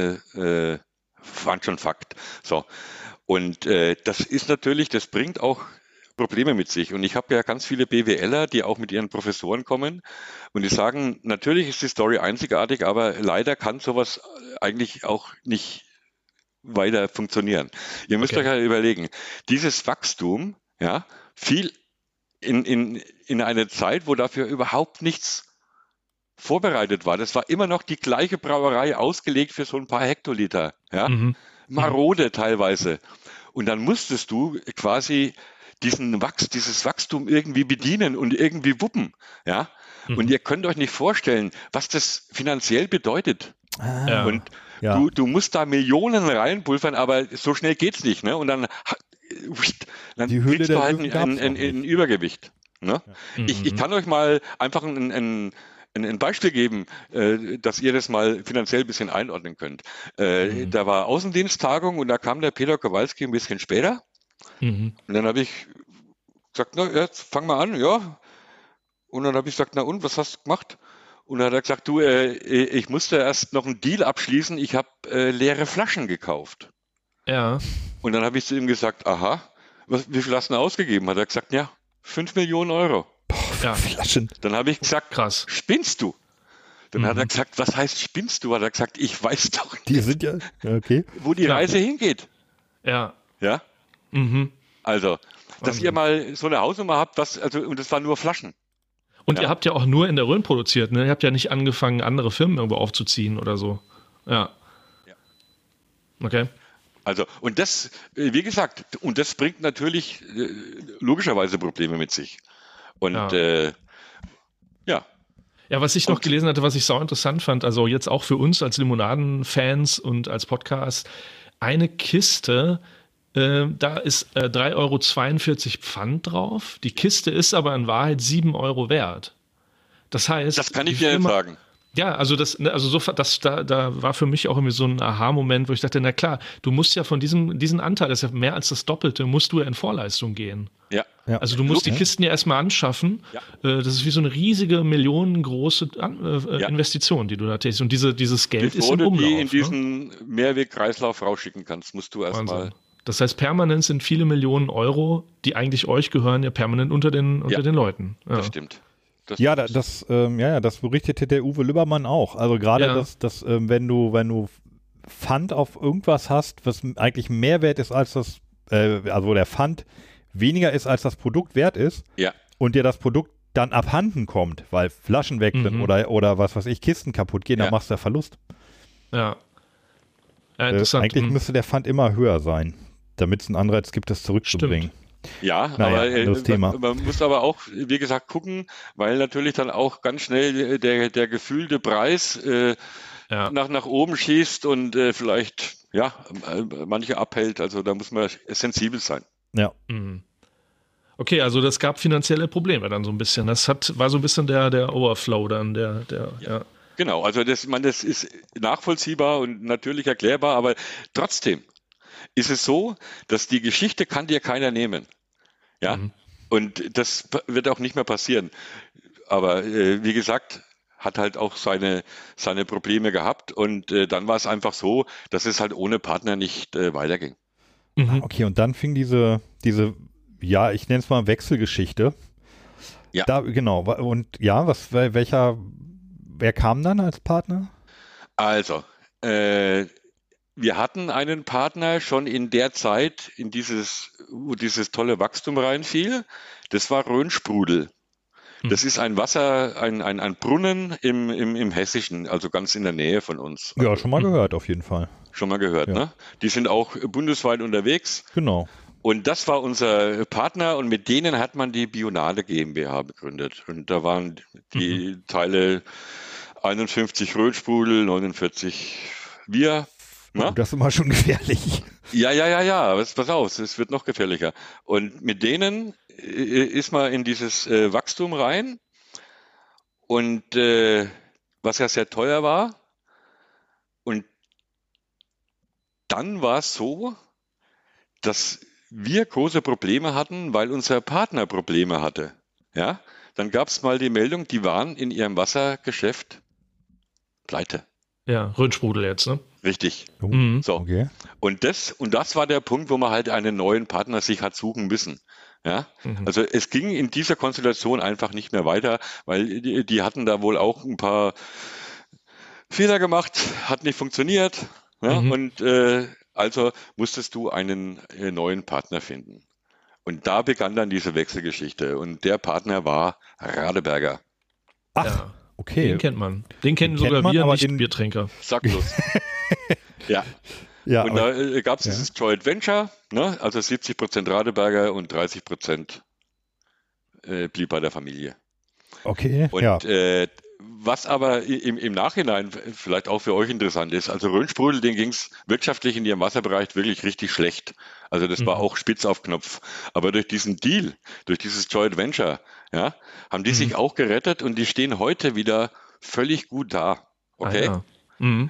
Fakt. So. Und das ist natürlich, das bringt auch Probleme mit sich. Und ich habe ja ganz viele BWLer, die auch mit ihren Professoren kommen und die sagen, natürlich ist die Story einzigartig, aber leider kann sowas eigentlich auch nicht weiter funktionieren. Ihr müsst euch ja überlegen, dieses Wachstum, fiel in eine Zeit, wo dafür überhaupt nichts vorbereitet war. Das war immer noch die gleiche Brauerei, ausgelegt für so ein paar Hektoliter, marode teilweise. Und dann musstest du quasi dieses Wachstum irgendwie bedienen und irgendwie wuppen, Und ihr könnt euch nicht vorstellen, was das finanziell bedeutet. Und du musst da Millionen reinpulvern, aber so schnell geht's nicht, ne? Und dann kriegst du halt ein Übergewicht. Ne? Ja. Ich kann euch mal einfach ein Beispiel geben, dass ihr das mal finanziell ein bisschen einordnen könnt. Da war Außendiensttagung und da kam der Peter Kowalski ein bisschen später. Und dann habe ich gesagt, na, jetzt fang mal an, ja. Und dann habe ich gesagt, na und, was hast du gemacht? Und dann hat er gesagt, du, ich musste erst noch einen Deal abschließen, ich habe leere Flaschen gekauft. Ja. Und dann habe ich zu ihm gesagt, aha, wie viel hast du denn ausgegeben? Hat er gesagt, ja, 5 Millionen Euro. Flaschen. Dann habe ich gesagt, krass, spinnst du? Dann hat er gesagt, was heißt spinnst du? Hat er gesagt, ich weiß doch nicht, die sind wo die Reise hingeht. Ja. Ja? Also, dass ihr mal so eine Hausnummer habt, und das waren nur Flaschen. Und ihr habt ja auch nur in der Rhön produziert, ne? Ihr habt ja nicht angefangen, andere Firmen irgendwo aufzuziehen oder so. Ja. Okay. Also, und das, wie gesagt, das bringt natürlich logischerweise Probleme mit sich. Und ja, was ich noch gelesen hatte, was ich sau interessant fand, also jetzt auch für uns als Limonaden-Fans und als Podcast, eine Kiste, da ist 3,42 € Pfand drauf. Die Kiste ist aber in Wahrheit 7 € wert. Das heißt... Das kann ich dir jetzt sagen. Ja, also da war für mich auch irgendwie so ein Aha-Moment, wo ich dachte, na klar, du musst ja von diesen Anteil, das ist ja mehr als das Doppelte, musst du ja in Vorleistung gehen. Ja. Also du musst die Kisten ja erstmal anschaffen. Ja. Das ist wie so eine riesige, millionengroße Investition, die du da tätigst. Und dieses Geld ist im Umlauf. Bevor du die in diesen Mehrweg-Kreislauf rausschicken kannst, musst du erstmal... Das heißt, permanent sind viele Millionen Euro, die eigentlich euch gehören, ja permanent unter den Leuten. Ja. Das stimmt. Das berichtete der Uwe Lübbermann auch. Also gerade dass wenn du Pfand auf irgendwas hast, was eigentlich mehr wert ist als das, also der Pfand weniger ist als das Produkt wert ist, und dir das Produkt dann abhanden kommt, weil Flaschen weg sind oder was weiß ich, Kisten kaputt gehen, dann machst du Verlust. Ja. Eigentlich müsste der Pfand immer höher sein, damit es einen Anreiz gibt, das zurückzubringen. Stimmt. Ja, aber man muss aber auch, wie gesagt, gucken, weil natürlich dann auch ganz schnell der gefühlte Preis nach oben schießt und vielleicht manche abhält. Also da muss man sensibel sein. Ja. Okay, also das gab finanzielle Probleme dann so ein bisschen. Das war so ein bisschen der Overflow dann, Genau, also das ist nachvollziehbar und natürlich erklärbar, aber trotzdem ist es so, dass die Geschichte kann dir keiner nehmen. Ja, und das wird auch nicht mehr passieren. Aber wie gesagt, hat halt auch seine Probleme gehabt und dann war es einfach so, dass es halt ohne Partner nicht weiterging. Okay, und dann fing diese ich nenne es mal Wechselgeschichte. Ja. Da, genau, und wer kam dann als Partner? Also, wir hatten einen Partner schon in der Zeit, wo dieses tolle Wachstum reinfiel. Das war Rhönsprudel. Das ist ein ein Brunnen im Hessischen, also ganz in der Nähe von uns. Ja, schon mal gehört, auf jeden Fall. Schon mal gehört, ne? Die sind auch bundesweit unterwegs. Genau. Und das war unser Partner und mit denen hat man die Bionade GmbH begründet. Und da waren die Teile 51 Rhönsprudel, 49 wir. Na? Das ist immer schon gefährlich. Ja, pass auf, es wird noch gefährlicher. Und mit denen ist man in dieses Wachstum rein und was ja sehr teuer war. Und dann war es so, dass wir große Probleme hatten, weil unser Partner Probleme hatte. Ja, dann gab es mal die Meldung, die waren in ihrem Wassergeschäft pleite. Ja, Röhnsprudel jetzt, ne? Richtig. Mhm. So. Okay. Und das war der Punkt, wo man halt einen neuen Partner sich hat suchen müssen. Ja, also es ging in dieser Konstellation einfach nicht mehr weiter, weil die hatten da wohl auch ein paar Fehler gemacht, hat nicht funktioniert. Ja, und also musstest du einen neuen Partner finden. Und da begann dann diese Wechselgeschichte. Und der Partner war Radeberger. Ach, Ja. okay. Den kennt man. Den kennen Den sogar kennt man, wir, aber nicht den- Biertrinker. Sag bloß. Ja. Ja, Und aber, da gab es dieses Joint Venture, ne? Also 70% Radeberger und 30% blieb bei der Familie. okay, Und ja. was aber im Nachhinein vielleicht auch für euch interessant ist, also Röhnsprudel, denen ging es wirtschaftlich in ihrem Wasserbereich wirklich richtig schlecht. Also das war auch spitz auf Knopf. Aber durch diesen Deal, durch dieses Joint Venture, ja, haben die sich auch gerettet und die stehen heute wieder völlig gut da. Okay? Ah, ja. Mhm.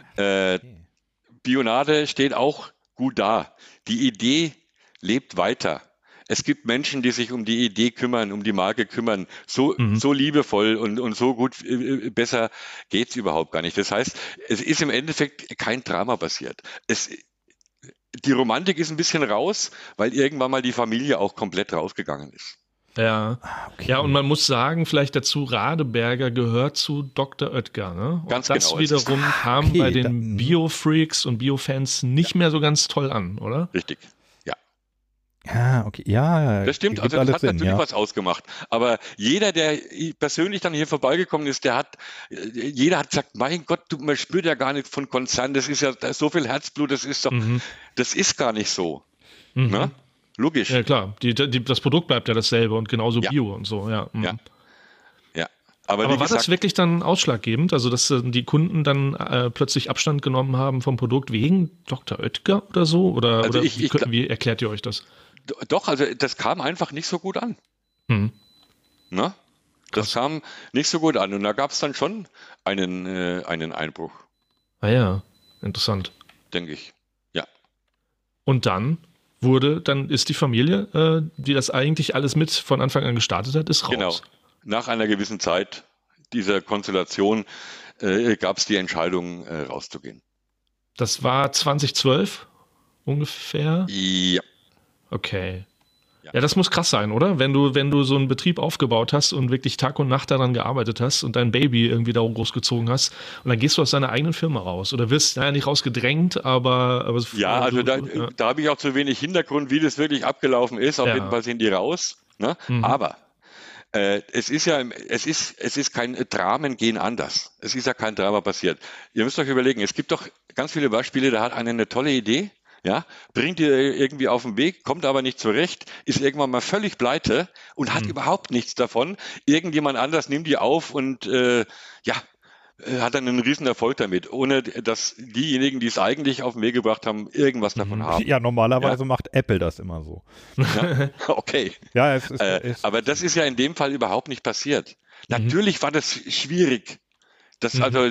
Bionade steht auch gut da. Die Idee lebt weiter. Es gibt Menschen, die sich um die Idee kümmern, um die Marke kümmern. So liebevoll und so gut, besser geht's überhaupt gar nicht. Das heißt, es ist im Endeffekt kein Drama passiert. Die Romantik ist ein bisschen raus, weil irgendwann mal die Familie auch komplett rausgegangen ist. Ja. Ja, und man muss sagen, vielleicht dazu, Radeberger gehört zu Dr. Oetker, ne? Und Ganz das genau. wiederum kam okay, bei den dann- Bio-Freaks und Bio-Fans nicht mehr so ganz toll an, oder? Richtig. Ja, Ja, okay. Ja, das stimmt. gibt Also das alles hat Sinn, natürlich ja. was ausgemacht. Aber jeder, der persönlich dann hier vorbeigekommen ist, jeder hat gesagt, mein Gott, man spürt ja gar nicht von Konzern, das ist ja so viel Herzblut, das ist doch, das ist gar nicht so. Ne? Logisch. Ja, klar. Das Produkt bleibt ja dasselbe und genauso Ja. Bio und so, ja. Mhm. Ja. Ja. Aber Aber wie war das gesagt, wirklich dann ausschlaggebend? Also, dass die Kunden dann plötzlich Abstand genommen haben vom Produkt wegen Dr. Oetker oder so? Oder, Also oder ich wie erklärt ihr euch das? doch, also das kam einfach nicht so gut an. Hm. Ne? Das kam nicht so gut an. Und da gab es dann schon einen Einbruch, Ah ja, interessant. denke ich. Ja. Und dann ist die Familie, die das eigentlich alles mit von Anfang an gestartet hat, ist raus. Genau. Nach einer gewissen Zeit dieser Konstellation gab es die Entscheidung, rauszugehen. Das war 2012 ungefähr? Ja. Okay. Ja. Ja, das muss krass sein, oder? Wenn du so einen Betrieb aufgebaut hast und wirklich Tag und Nacht daran gearbeitet hast und dein Baby irgendwie da großgezogen hast und dann gehst du aus deiner eigenen Firma raus oder wirst nicht rausgedrängt, aber Ja, also da habe ich auch zu wenig Hintergrund, wie das wirklich abgelaufen ist. Auf Ja. jeden Fall sind die raus. Ne? Aber es ist kein Dramen gehen anders. Es ist ja kein Drama passiert. Ihr müsst euch überlegen, es gibt doch ganz viele Beispiele, da hat einer eine tolle Idee, ja, bringt die irgendwie auf den Weg, kommt aber nicht zurecht, ist irgendwann mal völlig pleite und hat überhaupt nichts davon. Irgendjemand anders nimmt die auf und hat dann einen riesen Erfolg damit, ohne dass diejenigen, die es eigentlich auf den Weg gebracht haben, irgendwas davon haben. Ja, normalerweise macht Apple das immer so. Ja? Okay. Ja, es ist Aber das ist ja in dem Fall überhaupt nicht passiert. Natürlich war das schwierig. Also,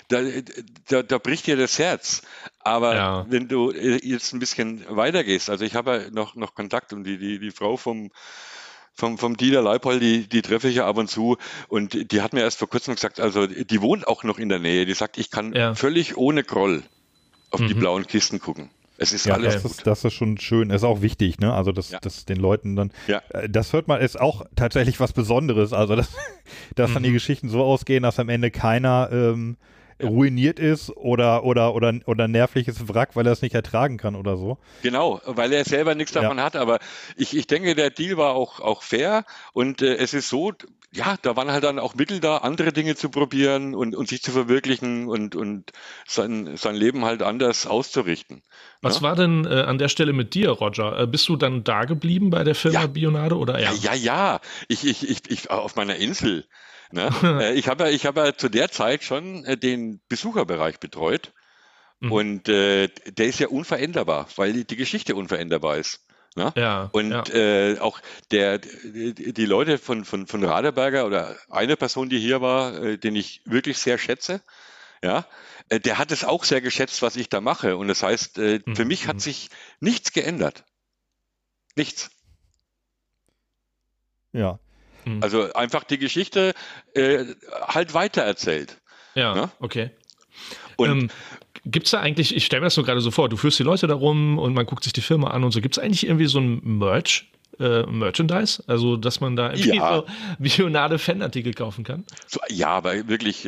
da bricht dir das Herz. Aber wenn du jetzt ein bisschen weitergehst, also ich habe ja noch Kontakt und die Frau vom Dieter Leipold, die treffe ich ja ab und zu und die hat mir erst vor kurzem gesagt, also die wohnt auch noch in der Nähe, die sagt, ich kann völlig ohne Groll auf die blauen Kisten gucken. Es ist alles gut. Das ist schon schön, ist auch wichtig, ne? Also dass den Leuten dann, das hört man, ist auch tatsächlich was Besonderes, also dass dann die Geschichten so ausgehen, dass am Ende keiner ruiniert ist oder nervliches Wrack, weil er es nicht ertragen kann oder so. Genau, weil er selber nichts davon hat, aber ich denke, der Deal war auch fair und es ist so, ja, da waren halt dann auch Mittel da, andere Dinge zu probieren und sich zu verwirklichen und sein Leben halt anders auszurichten. Was war denn an der Stelle mit dir, Roger? Bist du dann da geblieben bei der Firma Bionade oder Ja. Ich auf meiner Insel. Ne? Ich habe ja zu der Zeit schon den Besucherbereich betreut Und der ist ja unveränderbar, weil die Geschichte unveränderbar ist. Ne? Ja, Und auch die Leute von Radeberger oder eine Person, die hier war, den ich wirklich sehr schätze, ja, der hat es auch sehr geschätzt, was ich da mache. Und das heißt, für mich hat sich nichts geändert. Nichts. Ja. Also einfach die Geschichte halt weitererzählt. Ja, ne? Okay. Und Gibt es da eigentlich, ich stelle mir das so gerade so vor, du führst die Leute da rum und man guckt sich die Filme an und so. Gibt es eigentlich irgendwie so ein Merchandise? Also, dass man da irgendwie so Bionade-Fanartikel kaufen kann? so, ja, aber wirklich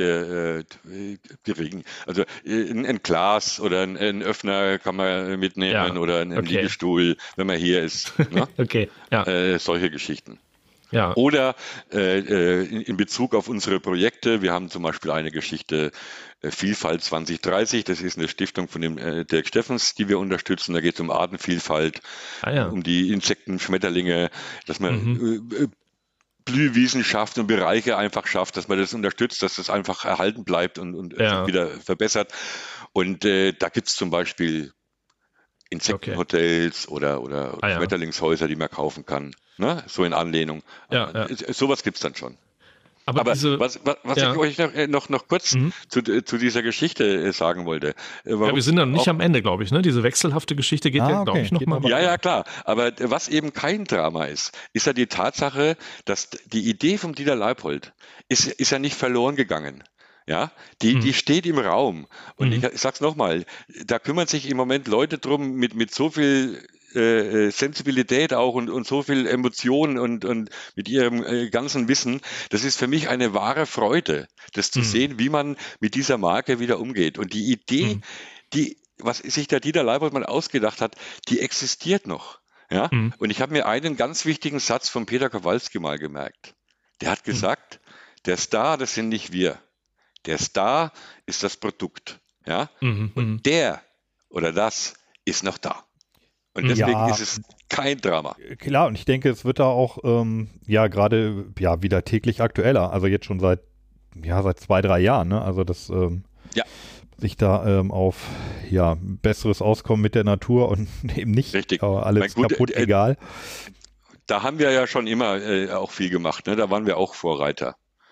gering. Also ein Glas oder ein Öffner kann man mitnehmen oder einen Liegestuhl, wenn man hier ist. Ne? Okay, ja. Solche Geschichten. Ja. Oder in Bezug auf unsere Projekte, wir haben zum Beispiel eine Geschichte Vielfalt 2030, das ist eine Stiftung von dem Dirk Steffens, die wir unterstützen, da geht es um Artenvielfalt, um die Insekten, Schmetterlinge, dass man Blühwiesen schafft und Bereiche einfach schafft, dass man das unterstützt, dass das einfach erhalten bleibt und sich wieder verbessert. Und da gibt es zum Beispiel Insektenhotels oder Schmetterlingshäuser, die man kaufen kann. Ne? So in Anlehnung. Sowas gibt es dann schon. Aber was ich euch noch kurz zu dieser Geschichte sagen wollte. Wir sind dann nicht am Ende, glaube ich. Ne? Diese wechselhafte Geschichte geht glaube ich, noch mal. Ja, klar. Aber was eben kein Drama ist ja die Tatsache, dass die Idee vom Dieter Leipold ist ja nicht verloren gegangen. Ja, die steht im Raum. Und ich sag's nochmal, da kümmern sich im Moment Leute drum mit so viel Sensibilität auch und so viel Emotionen und mit ihrem ganzen Wissen. Das ist für mich eine wahre Freude, das zu sehen, wie man mit dieser Marke wieder umgeht. Und die Idee, was sich der Dieter Leipold mal ausgedacht hat, die existiert noch. Ja? Und ich habe mir einen ganz wichtigen Satz von Peter Kowalski mal gemerkt. Der hat gesagt, der Star, das sind nicht wir. Der Star ist das Produkt. Ja? Und der oder das ist noch da. Und deswegen ist es kein Drama. Klar, und ich denke, es wird da auch gerade wieder täglich aktueller. Also jetzt schon seit 2-3 Jahren. Ne? Also das sich da auf besseres Auskommen mit der Natur und eben nicht alles kaputt, egal. Da haben wir ja schon immer auch viel gemacht. Ne? Da waren wir auch Vorreiter.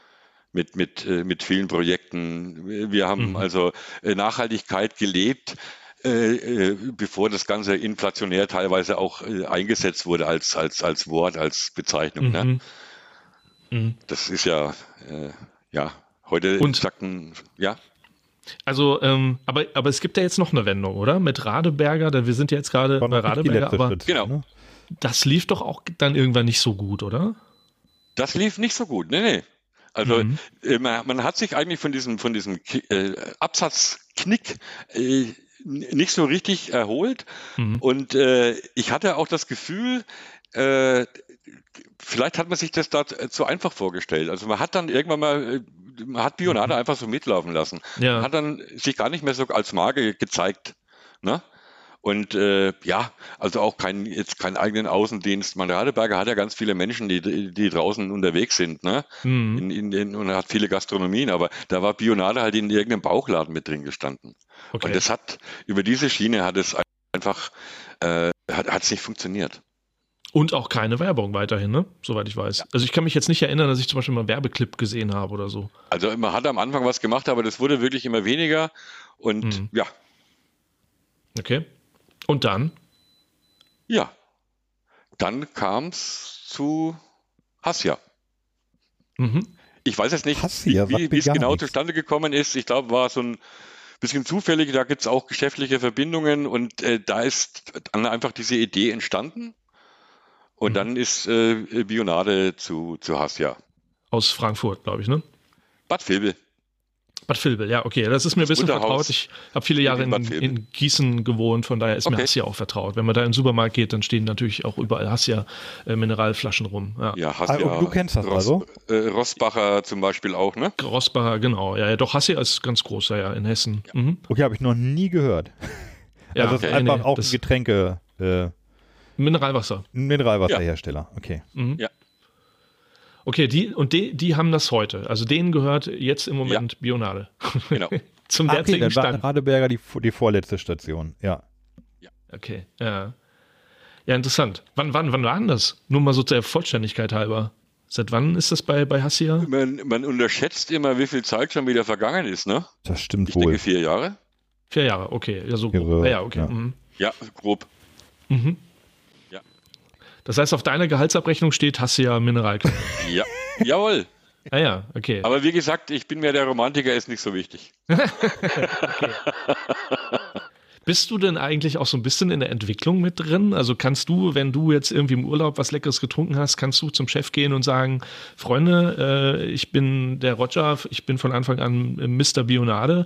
Mit vielen Projekten. Wir haben also Nachhaltigkeit gelebt, bevor das Ganze inflationär teilweise auch eingesetzt wurde als Wort, als Bezeichnung. Ne? Das ist heute Also, aber es gibt ja jetzt noch eine Wendung, oder? Mit Radeberger, wir sind ja jetzt gerade bei Radeberger, aber genau. Das lief doch auch dann irgendwann nicht so gut, oder? Das lief nicht so gut, nee. Also man hat sich eigentlich von diesem Absatzknick nicht so richtig erholt. Und ich hatte auch das Gefühl, vielleicht hat man sich das da zu einfach vorgestellt. Also man hat dann irgendwann mal, man hat Bionade einfach so mitlaufen lassen. Man hat dann sich gar nicht mehr so als Marke gezeigt. Ne? Und also auch keinen eigenen Außendienst. Radeberger hat ja ganz viele Menschen, die draußen unterwegs sind, ne? Und hat viele Gastronomien, aber da war Bionade halt in irgendeinem Bauchladen mit drin gestanden. Okay. Und das über diese Schiene hat es einfach hat's nicht funktioniert. Und auch keine Werbung weiterhin, ne? Soweit ich weiß. Ja. Also ich kann mich jetzt nicht erinnern, dass ich zum Beispiel mal einen Werbeclip gesehen habe oder so. Also man hat am Anfang was gemacht, aber das wurde wirklich immer weniger und Okay. Und dann? Ja, dann kam es zu Hassia. Ich weiß jetzt nicht, wie es genau zustande gekommen ist. Ich glaube, war so ein bisschen zufällig. Da gibt es auch geschäftliche Verbindungen und da ist dann einfach diese Idee entstanden. Und dann ist Bionade zu Hassia. Aus Frankfurt, glaube ich, ne? Bad Vilbel. Bad Vilbel, ja, okay. Das ist mir ein bisschen vertraut. Ich habe viele Jahre in Gießen gewohnt, von daher ist mir Hassia auch vertraut. Wenn man da in den Supermarkt geht, dann stehen natürlich auch überall Hassia Mineralflaschen rum. Ja, Hassia. Du kennst das also? Rossbacher zum Beispiel auch, ne? Rossbacher, genau. Ja, doch, Hassia ist ganz groß, ja, in Hessen. Ja. Okay, habe ich noch nie gehört. Also das ist einfach auch ein Getränke... Mineralwasser. Ein Mineralwasserhersteller, okay. Ja. Okay, die haben das heute. Also denen gehört jetzt im Moment Bionade. Genau. Zum Okay, derzeitigen dann war Stand. Radeberger die vorletzte Station, ja. Okay, ja. Ja, interessant. Wann war denn das? Nur mal so der Vollständigkeit halber. Seit wann ist das bei Hassia? Man unterschätzt immer, wie viel Zeit schon wieder vergangen ist, ne? Das stimmt Ich wohl. denke 4 Jahre. 4 Jahre, okay. Ja, so Irre, grob. Ja, okay. ja. Mhm. Ja, grob. Mhm. Ja. Das heißt, auf deiner Gehaltsabrechnung steht Hassia Mineralquelle. Ja, jawohl. Ah ja, okay. Aber wie gesagt, ich bin mir der Romantiker, ist nicht so wichtig. Bist du denn eigentlich auch so ein bisschen in der Entwicklung mit drin? Also kannst du, wenn du jetzt irgendwie im Urlaub was Leckeres getrunken hast, kannst du zum Chef gehen und sagen, Freunde, ich bin der Roger, ich bin von Anfang an Mr. Bionade.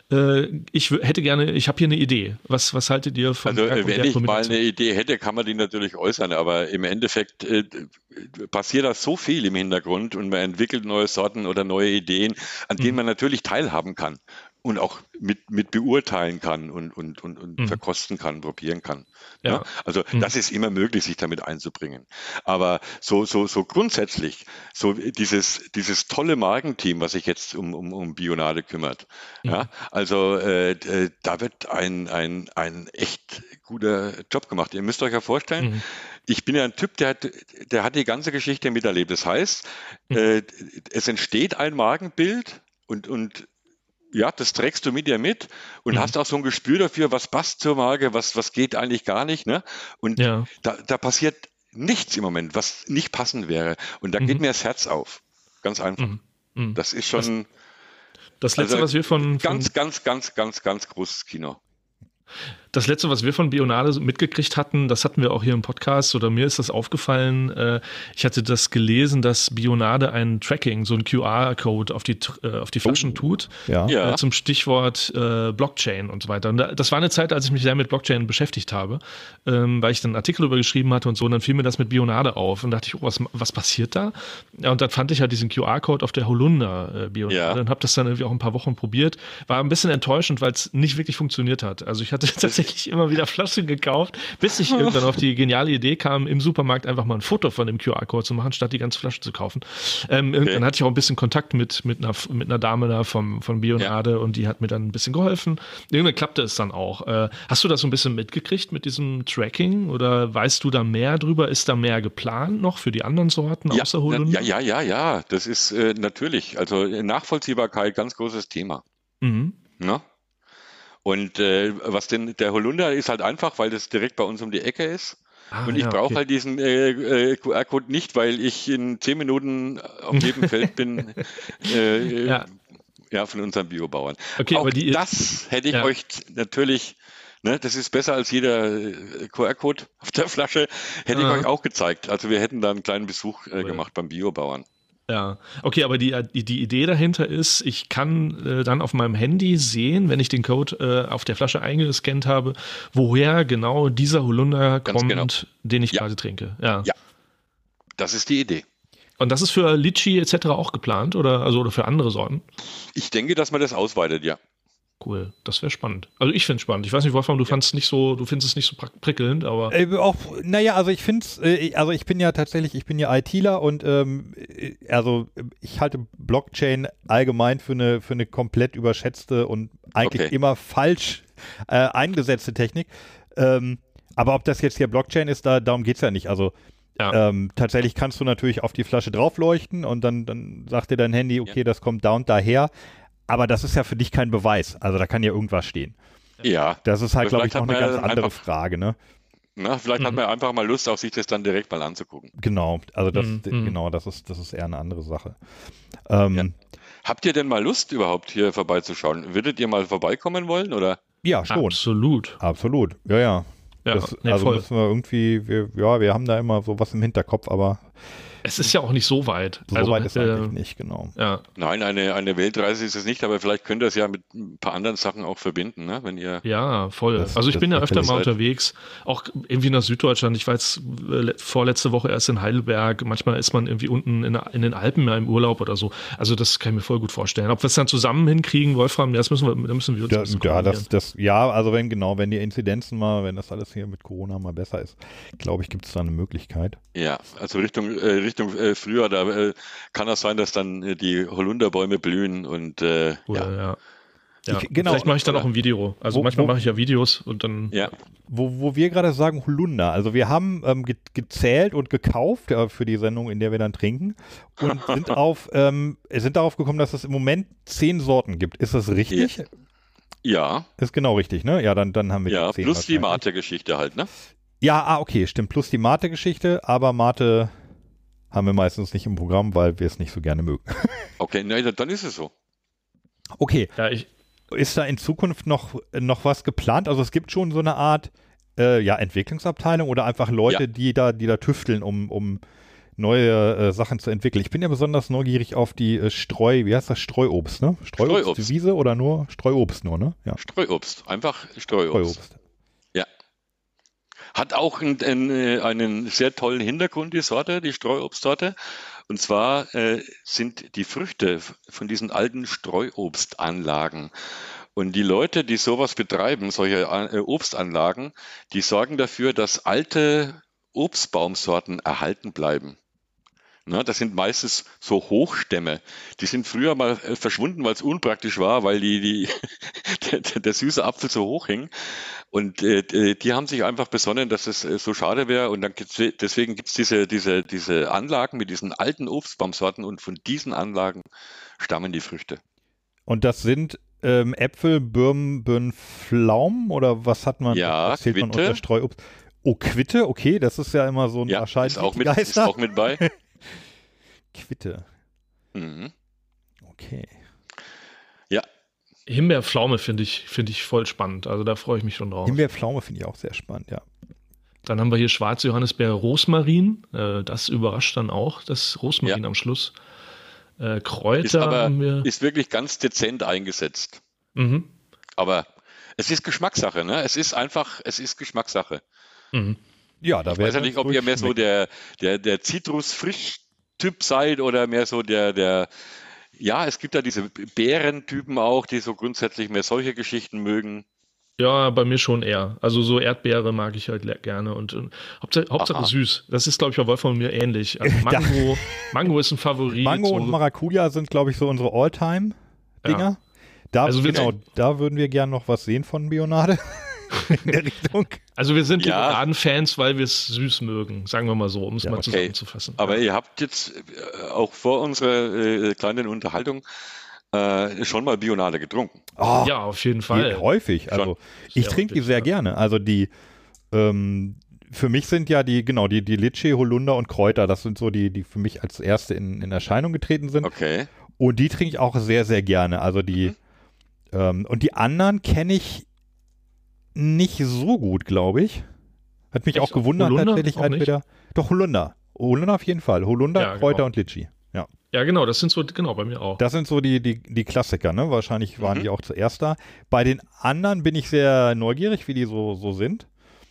Ich habe hier eine Idee. Was haltet ihr von Also der und wenn der ich mal Kombination? eine Idee hätte, kann man die natürlich äußern, aber im Endeffekt passiert da so viel im Hintergrund und man entwickelt neue Sorten oder neue Ideen, an denen man natürlich teilhaben kann. Und auch mit beurteilen kann und verkosten kann, probieren kann. Ja. Ja? Also das ist immer möglich, sich damit einzubringen. Aber so grundsätzlich, so dieses tolle Markenteam, was sich jetzt um Bionade kümmert, ja, also da wird ein echt guter Job gemacht. Ihr müsst euch ja vorstellen, ich bin ja ein Typ, der hat die ganze Geschichte miterlebt. Das heißt, es entsteht ein Markenbild und ja, das trägst du mit dir mit und hast auch so ein Gespür dafür, was passt zur Marke, was geht eigentlich gar nicht. Ne? Und da passiert nichts im Moment, was nicht passend wäre. Und da geht mir das Herz auf. Ganz einfach. Das ist schon Das Letzte, was wir von ganz großes Kino. Das Letzte, was wir von Bionade mitgekriegt hatten, das hatten wir auch hier im Podcast, oder mir ist das aufgefallen, ich hatte das gelesen, dass Bionade ein Tracking, so ein QR-Code auf die Flaschen tut, zum Stichwort Blockchain und so weiter. Und das war eine Zeit, als ich mich sehr mit Blockchain beschäftigt habe, weil ich dann einen Artikel darüber geschrieben hatte und so, und dann fiel mir das mit Bionade auf und dachte ich, was passiert da? Ja, und dann fand ich halt diesen QR-Code auf der Holunder Bionade und habe das dann irgendwie auch ein paar Wochen probiert. War ein bisschen enttäuschend, weil es nicht wirklich funktioniert hat. Also ich hatte tatsächlich immer wieder Flaschen gekauft, bis ich irgendwann auf die geniale Idee kam, im Supermarkt einfach mal ein Foto von dem QR-Code zu machen, statt die ganze Flasche zu kaufen. Irgendwann hatte ich auch ein bisschen Kontakt mit einer Dame da von Bionade und die hat mir dann ein bisschen geholfen. Irgendwann klappte es dann auch. Hast du das so ein bisschen mitgekriegt mit diesem Tracking oder weißt du da mehr drüber? Ist da mehr geplant noch für die anderen Sorten außer Holunder? Ja, das ist natürlich, also Nachvollziehbarkeit, ganz großes Thema. Ne? Und der Holunder ist halt einfach, weil das direkt bei uns um die Ecke ist. Und ich brauche halt diesen QR-Code nicht, weil ich in 10 Minuten auf jedem Feld bin von unseren Biobauern. Okay, auch das hätte ich euch natürlich, ne, das ist besser als jeder QR-Code auf der Flasche, hätte ich euch auch gezeigt. Also wir hätten da einen kleinen Besuch gemacht beim Biobauern. Ja, okay, aber die Idee dahinter ist, ich kann dann auf meinem Handy sehen, wenn ich den Code auf der Flasche eingescannt habe, woher genau dieser Holunder kommt, den ich gerade trinke. Ja, das ist die Idee. Und das ist für Litchi etc. auch geplant oder für andere Sorten? Ich denke, dass man das ausweitet, ja. Cool, das wäre spannend. Also ich finde es spannend. Ich weiß nicht, Wolfram, du findest es nicht so prickelnd, aber... Also ich finde es, ich bin ja ITler und ich halte Blockchain allgemein für eine komplett überschätzte und eigentlich immer falsch eingesetzte Technik. Aber ob das jetzt hier Blockchain ist, darum geht es ja nicht. Also tatsächlich kannst du natürlich auf die Flasche draufleuchten und dann sagt dir dein Handy, okay, das kommt da und daher. Aber das ist ja für dich kein Beweis. Also da kann ja irgendwas stehen. Ja. Das ist halt, glaube ich, noch eine ganz andere Frage, ne? Na, vielleicht hat man einfach mal Lust, auch sich das dann direkt mal anzugucken. Genau, also das ist eher eine andere Sache. Habt ihr denn mal Lust, überhaupt hier vorbeizuschauen? Würdet ihr mal vorbeikommen wollen, oder? Ja, schon. Absolut. Ja. Müssen wir irgendwie, wir haben da immer sowas im Hinterkopf, aber es ist ja auch nicht so weit. So weit ist eigentlich nicht, genau. Ja. Nein, eine Weltreise ist es nicht, aber vielleicht könnt ihr es ja mit ein paar anderen Sachen auch verbinden, ne? Wenn ihr. Ja, voll. Also ich bin ja öfter mal unterwegs, auch irgendwie nach Süddeutschland. Ich war jetzt vorletzte Woche erst in Heidelberg. Manchmal ist man irgendwie unten in den Alpen im Urlaub oder so. Also das kann ich mir voll gut vorstellen. Ob wir es dann zusammen hinkriegen, Wolfram, da müssen wir uns also wenn die Inzidenzen wenn das alles hier mit Corona mal besser ist, glaube ich, gibt es da eine Möglichkeit. Ja, also Richtung Richtung Frühjahr, da kann es sein, dass dann die Holunderbäume blühen und Cool, ja. ja. Genau. Vielleicht mache ich dann auch ein Video. Also manchmal mache ich ja Videos und dann. Ja. Wo wir gerade sagen Holunder, also wir haben gezählt und gekauft für die Sendung, in der wir dann trinken und sind darauf gekommen, dass es im Moment 10 Sorten gibt. Ist das richtig? Ja. Ist genau richtig, ne? Ja, dann haben wir Ja, die 10 plus die wahrscheinlich. Mate-Geschichte halt, ne? Ja, okay, stimmt. Plus die Mate-Geschichte, aber Mate haben wir meistens nicht im Programm, weil wir es nicht so gerne mögen. Okay, nein, dann ist es so. Okay, Ja, ist da in Zukunft noch was geplant? Also es gibt schon so eine Art Entwicklungsabteilung oder einfach Leute, die da tüfteln, um neue Sachen zu entwickeln. Ich bin ja besonders neugierig auf die wie heißt das? Streuobst, ne? Streuobstwiese oder nur Streuobst nur, ne? Ja. Streuobst, einfach Streuobst. Ja. Hat auch einen sehr tollen Hintergrund, die Sorte, die Streuobstsorte. Und zwar sind die Früchte von diesen alten Streuobstanlagen. Und die Leute, die sowas betreiben, solche Obstanlagen, die sorgen dafür, dass alte Obstbaumsorten erhalten bleiben. Na, das sind meistens so Hochstämme. Die sind früher mal verschwunden, weil es unpraktisch war, weil der süße Apfel so hoch hing. Und die haben sich einfach besonnen, dass es so schade wäre. Und deswegen gibt es diese Anlagen mit diesen alten Obstbaumsorten und von diesen Anlagen stammen die Früchte. Und das sind Äpfel, Birnen, Pflaumen oder was hat man? Ja, was zählt man Quitte. unter Streuobst? Oh, Quitte, okay, das ist ja immer so ein wahrscheinlich ist auch mit bei. Quitte. Mhm. Okay. Ja. Himbeerpflaume finde ich voll spannend. Also da freue ich mich schon drauf. Himbeerpflaume finde ich auch sehr spannend, ja. Dann haben wir hier schwarze Johannisbeere, Rosmarin. Das überrascht dann auch, das Rosmarin am Schluss. Kräuter ist wirklich ganz dezent eingesetzt. Mhm. Aber es ist Geschmackssache, ne? Es ist Geschmackssache. Mhm. Ja, da Ich weiß ja nicht, ob ihr mehr so der Zitrus-Frisch-Typ seid oder mehr so es gibt ja diese Beerentypen auch, die so grundsätzlich mehr solche Geschichten mögen. Ja, bei mir schon eher. Also so Erdbeere mag ich halt gerne und Hauptsache süß. Das ist, glaube ich, bei Wolf von mir ähnlich. Also Mango ist ein Favorit. Mango und Maracuja sind, glaube ich, so unsere All-Time-Dinger. Ja. Da würden wir gerne noch was sehen von Bionade in der Richtung. Also wir sind Limonaden-Fans, weil wir es süß mögen, sagen wir mal so, um es mal zusammenzufassen. Aber ihr habt jetzt auch vor unserer kleinen Unterhaltung schon mal Bionade getrunken. Oh, ja, auf jeden Fall. Häufig. Also ich trinke die sehr gerne. Also die für mich sind ja die Litschi, Holunder und Kräuter, das sind so die für mich als erste in Erscheinung getreten sind. Okay. Und die trinke ich auch sehr, sehr gerne. Also die und die anderen kenne ich nicht so gut, glaube ich. Hat mich auch gewundert Holunder tatsächlich entweder. Doch, Holunder. Holunder auf jeden Fall. Holunder, Kräuter und Litschi. Ja. Ja, genau, das sind so, bei mir auch. Das sind so die Klassiker, ne? Wahrscheinlich waren die auch zuerst da. Bei den anderen bin ich sehr neugierig, wie die so sind.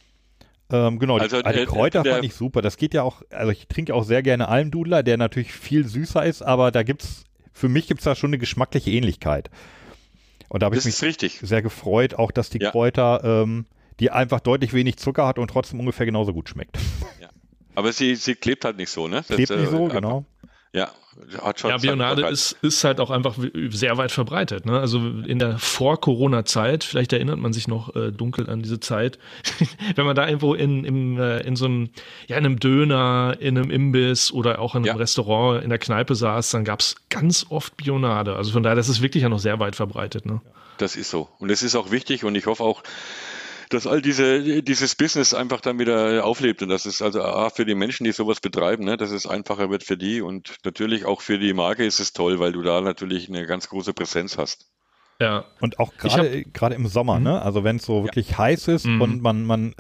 Genau, also die Kräuter fand ich super. Das geht ja auch, also ich trinke auch sehr gerne Almdudler, der natürlich viel süßer ist, aber für mich gibt's da schon eine geschmackliche Ähnlichkeit. Und da habe ich mich sehr gefreut, auch dass die Kräuter, die einfach deutlich wenig Zucker hat und trotzdem ungefähr genauso gut schmeckt. Ja. Aber sie klebt halt nicht so, ne? Klebt nicht so, genau. Ja, hat schon. Ja, Bionade ist halt auch einfach sehr weit verbreitet. Ne? Also in der Vor-Corona-Zeit, vielleicht erinnert man sich noch dunkel an diese Zeit, wenn man da irgendwo in so einem, in einem Döner, in einem Imbiss oder auch in einem Restaurant, in der Kneipe saß, dann gab es ganz oft Bionade. Also von daher, das ist wirklich ja noch sehr weit verbreitet. Ne? Das ist so. Und es ist auch wichtig und ich hoffe auch, dass all dieses Business einfach dann wieder auflebt und dass es also für die Menschen, die sowas betreiben, ne, dass es einfacher wird für die und natürlich auch für die Marke ist es toll, weil du da natürlich eine ganz große Präsenz hast. Ja. Und auch gerade im Sommer, ne? Also wenn es so wirklich heiß ist und man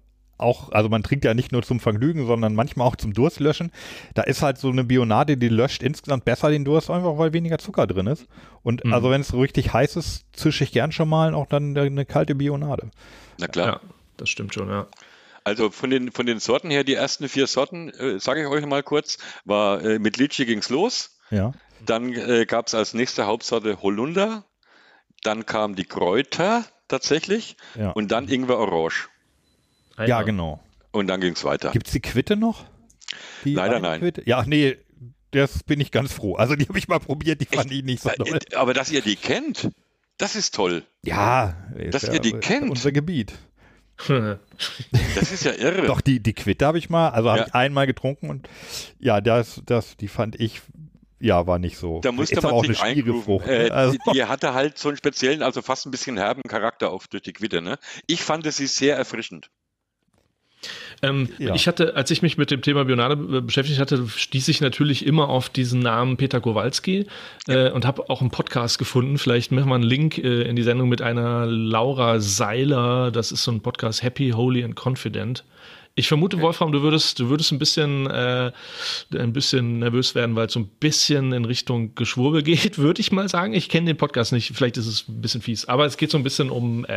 trinkt ja nicht nur zum Vergnügen, sondern manchmal auch zum Durstlöschen. Da ist halt so eine Bionade, die löscht insgesamt besser den Durst, einfach weil weniger Zucker drin ist. Und also wenn es so richtig heiß ist, zische ich gern schon mal auch dann eine kalte Bionade. Na klar. Ja, das stimmt schon, ja. Also von den Sorten her, die ersten 4 Sorten, sage ich euch mal kurz, war mit Litschi ging's los. Ja. Dann gab es als nächste Hauptsorte Holunder. Dann kamen die Kräuter tatsächlich. Ja. Und dann Ingwer Orange. Ja, genau. Und dann ging es weiter. Gibt es die Quitte noch? Die Leider eine nein. Quitte? Ja, nee, das bin ich ganz froh. Also die habe ich mal probiert, die fand ich nicht so toll. Aber dass ihr die kennt, das ist toll. Ja, Dass ist ihr die kennt. unser Gebiet. Das ist ja irre. Doch, die Quitte habe ich mal, also habe Ja. ich einmal getrunken und ja, die fand ich, ja, war nicht so. Da musste ist man auch eine sich schwierige eingrooven. Frucht. Also, Die hatte halt so einen speziellen, also fast ein bisschen herben Charakter auch durch die Quitte. Ne? Ich fand sie sehr erfrischend. Ja. Ich hatte, als ich mich mit dem Thema Bionade beschäftigt hatte, stieß ich natürlich immer auf diesen Namen Peter Kowalski und habe auch einen Podcast gefunden. Vielleicht machen wir einen Link in die Sendung mit einer Laura Seiler. Das ist so ein Podcast, Happy, Holy and Confident. Ich vermute, Wolfram, du würdest ein bisschen nervös werden, weil es so ein bisschen in Richtung Geschwurbel geht, würde ich mal sagen. Ich kenne den Podcast nicht, vielleicht ist es ein bisschen fies, aber es geht so ein bisschen um,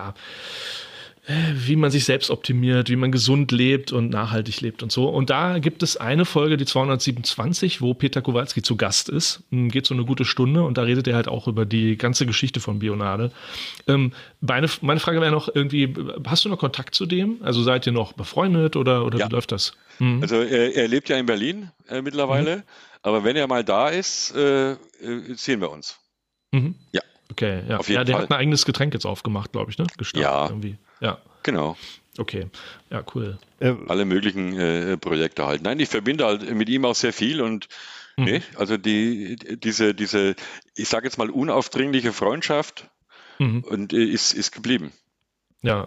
wie man sich selbst optimiert, wie man gesund lebt und nachhaltig lebt und so. Und da gibt es eine Folge, die 227, wo Peter Kowalski zu Gast ist. Geht so eine gute Stunde und da redet er halt auch über die ganze Geschichte von Bionade. Meine Frage wäre noch irgendwie, hast du noch Kontakt zu dem? Also seid ihr noch befreundet oder Ja. wie läuft das? Also er lebt ja in Berlin mittlerweile, aber wenn er mal da ist, sehen wir uns. Mhm. Ja. Okay, ja. Auf jeden Ja, der Fall. hat ein eigenes Getränk jetzt aufgemacht, glaube ich, ne? Gestartet Ja. irgendwie. Ja, Genau. okay. Ja, cool. Alle möglichen Projekte halt. Nein, ich verbinde halt mit ihm auch sehr viel und nee, also diese, ich sage jetzt mal, unaufdringliche Freundschaft und ist geblieben. Ja.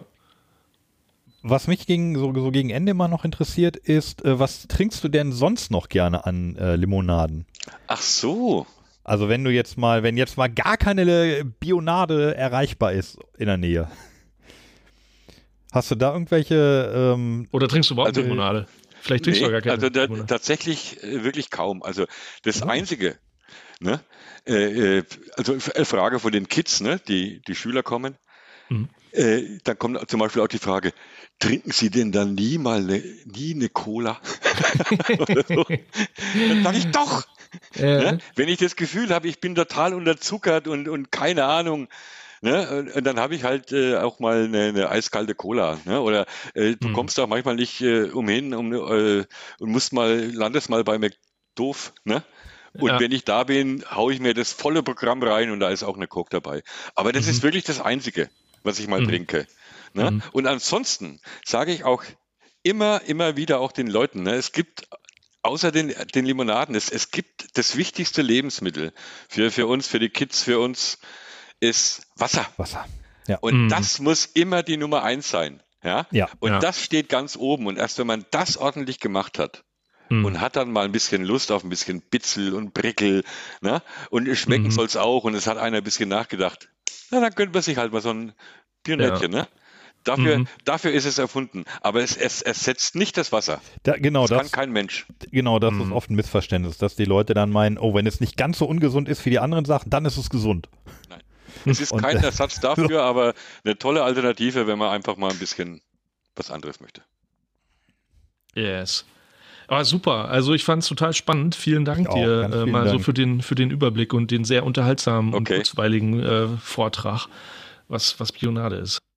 was mich so gegen Ende immer noch interessiert ist, was trinkst du denn sonst noch gerne an Limonaden? Ach so. Also wenn jetzt mal gar keine Bionade erreichbar ist in der Nähe. Hast du da irgendwelche Oder trinkst du überhaupt Also, Limonade? Vielleicht trinkst du Nee, ja gar keine also Limonade. tatsächlich wirklich kaum. Also das Einzige, ne, also Frage von den Kids, ne, die Schüler kommen, dann kommt zum Beispiel auch die Frage, trinken Sie denn dann nie eine Cola? Oder so. Dann sage ich doch. Ne? Wenn ich das Gefühl habe, ich bin total unterzuckert und keine Ahnung, ne? Und dann habe ich halt auch mal eine eiskalte Cola. Ne? Oder du kommst auch manchmal nicht umhin und landest mal bei McDoof. Ne? Und Ja. wenn ich da bin, haue ich mir das volle Programm rein und da ist auch eine Coke dabei. Aber das ist wirklich das Einzige, was ich mal trinke. Ne? Und ansonsten sage ich auch immer wieder auch den Leuten, ne? Es gibt außer den Limonaden, es gibt das wichtigste Lebensmittel für uns, für die Kids, für uns ist Wasser. Wasser? Ja. Und das muss immer die Nummer 1 sein. Ja? Ja. Und Ja. das steht ganz oben. Und erst wenn man das ordentlich gemacht hat und hat dann mal ein bisschen Lust auf ein bisschen Bitzel und Prickel, ne? Und schmecken soll es auch und es hat einer ein bisschen nachgedacht, na, dann gönnt man sich halt mal so ein Biernettchen, ne? Dafür ist es erfunden. Aber es ersetzt nicht das Wasser. Das kann kein Mensch. Genau, das ist oft ein Missverständnis, dass die Leute dann meinen, oh, wenn es nicht ganz so ungesund ist wie die anderen Sachen, dann ist es gesund. Nein. Es ist kein Ersatz dafür, aber eine tolle Alternative, wenn man einfach mal ein bisschen was anderes möchte. Yes. Aber super, also ich fand es total spannend. Vielen Dank Ich auch, dir ganz vielen mal so Dank. für den Überblick und den sehr unterhaltsamen und Okay. kurzweiligen Vortrag, was Bionade ist.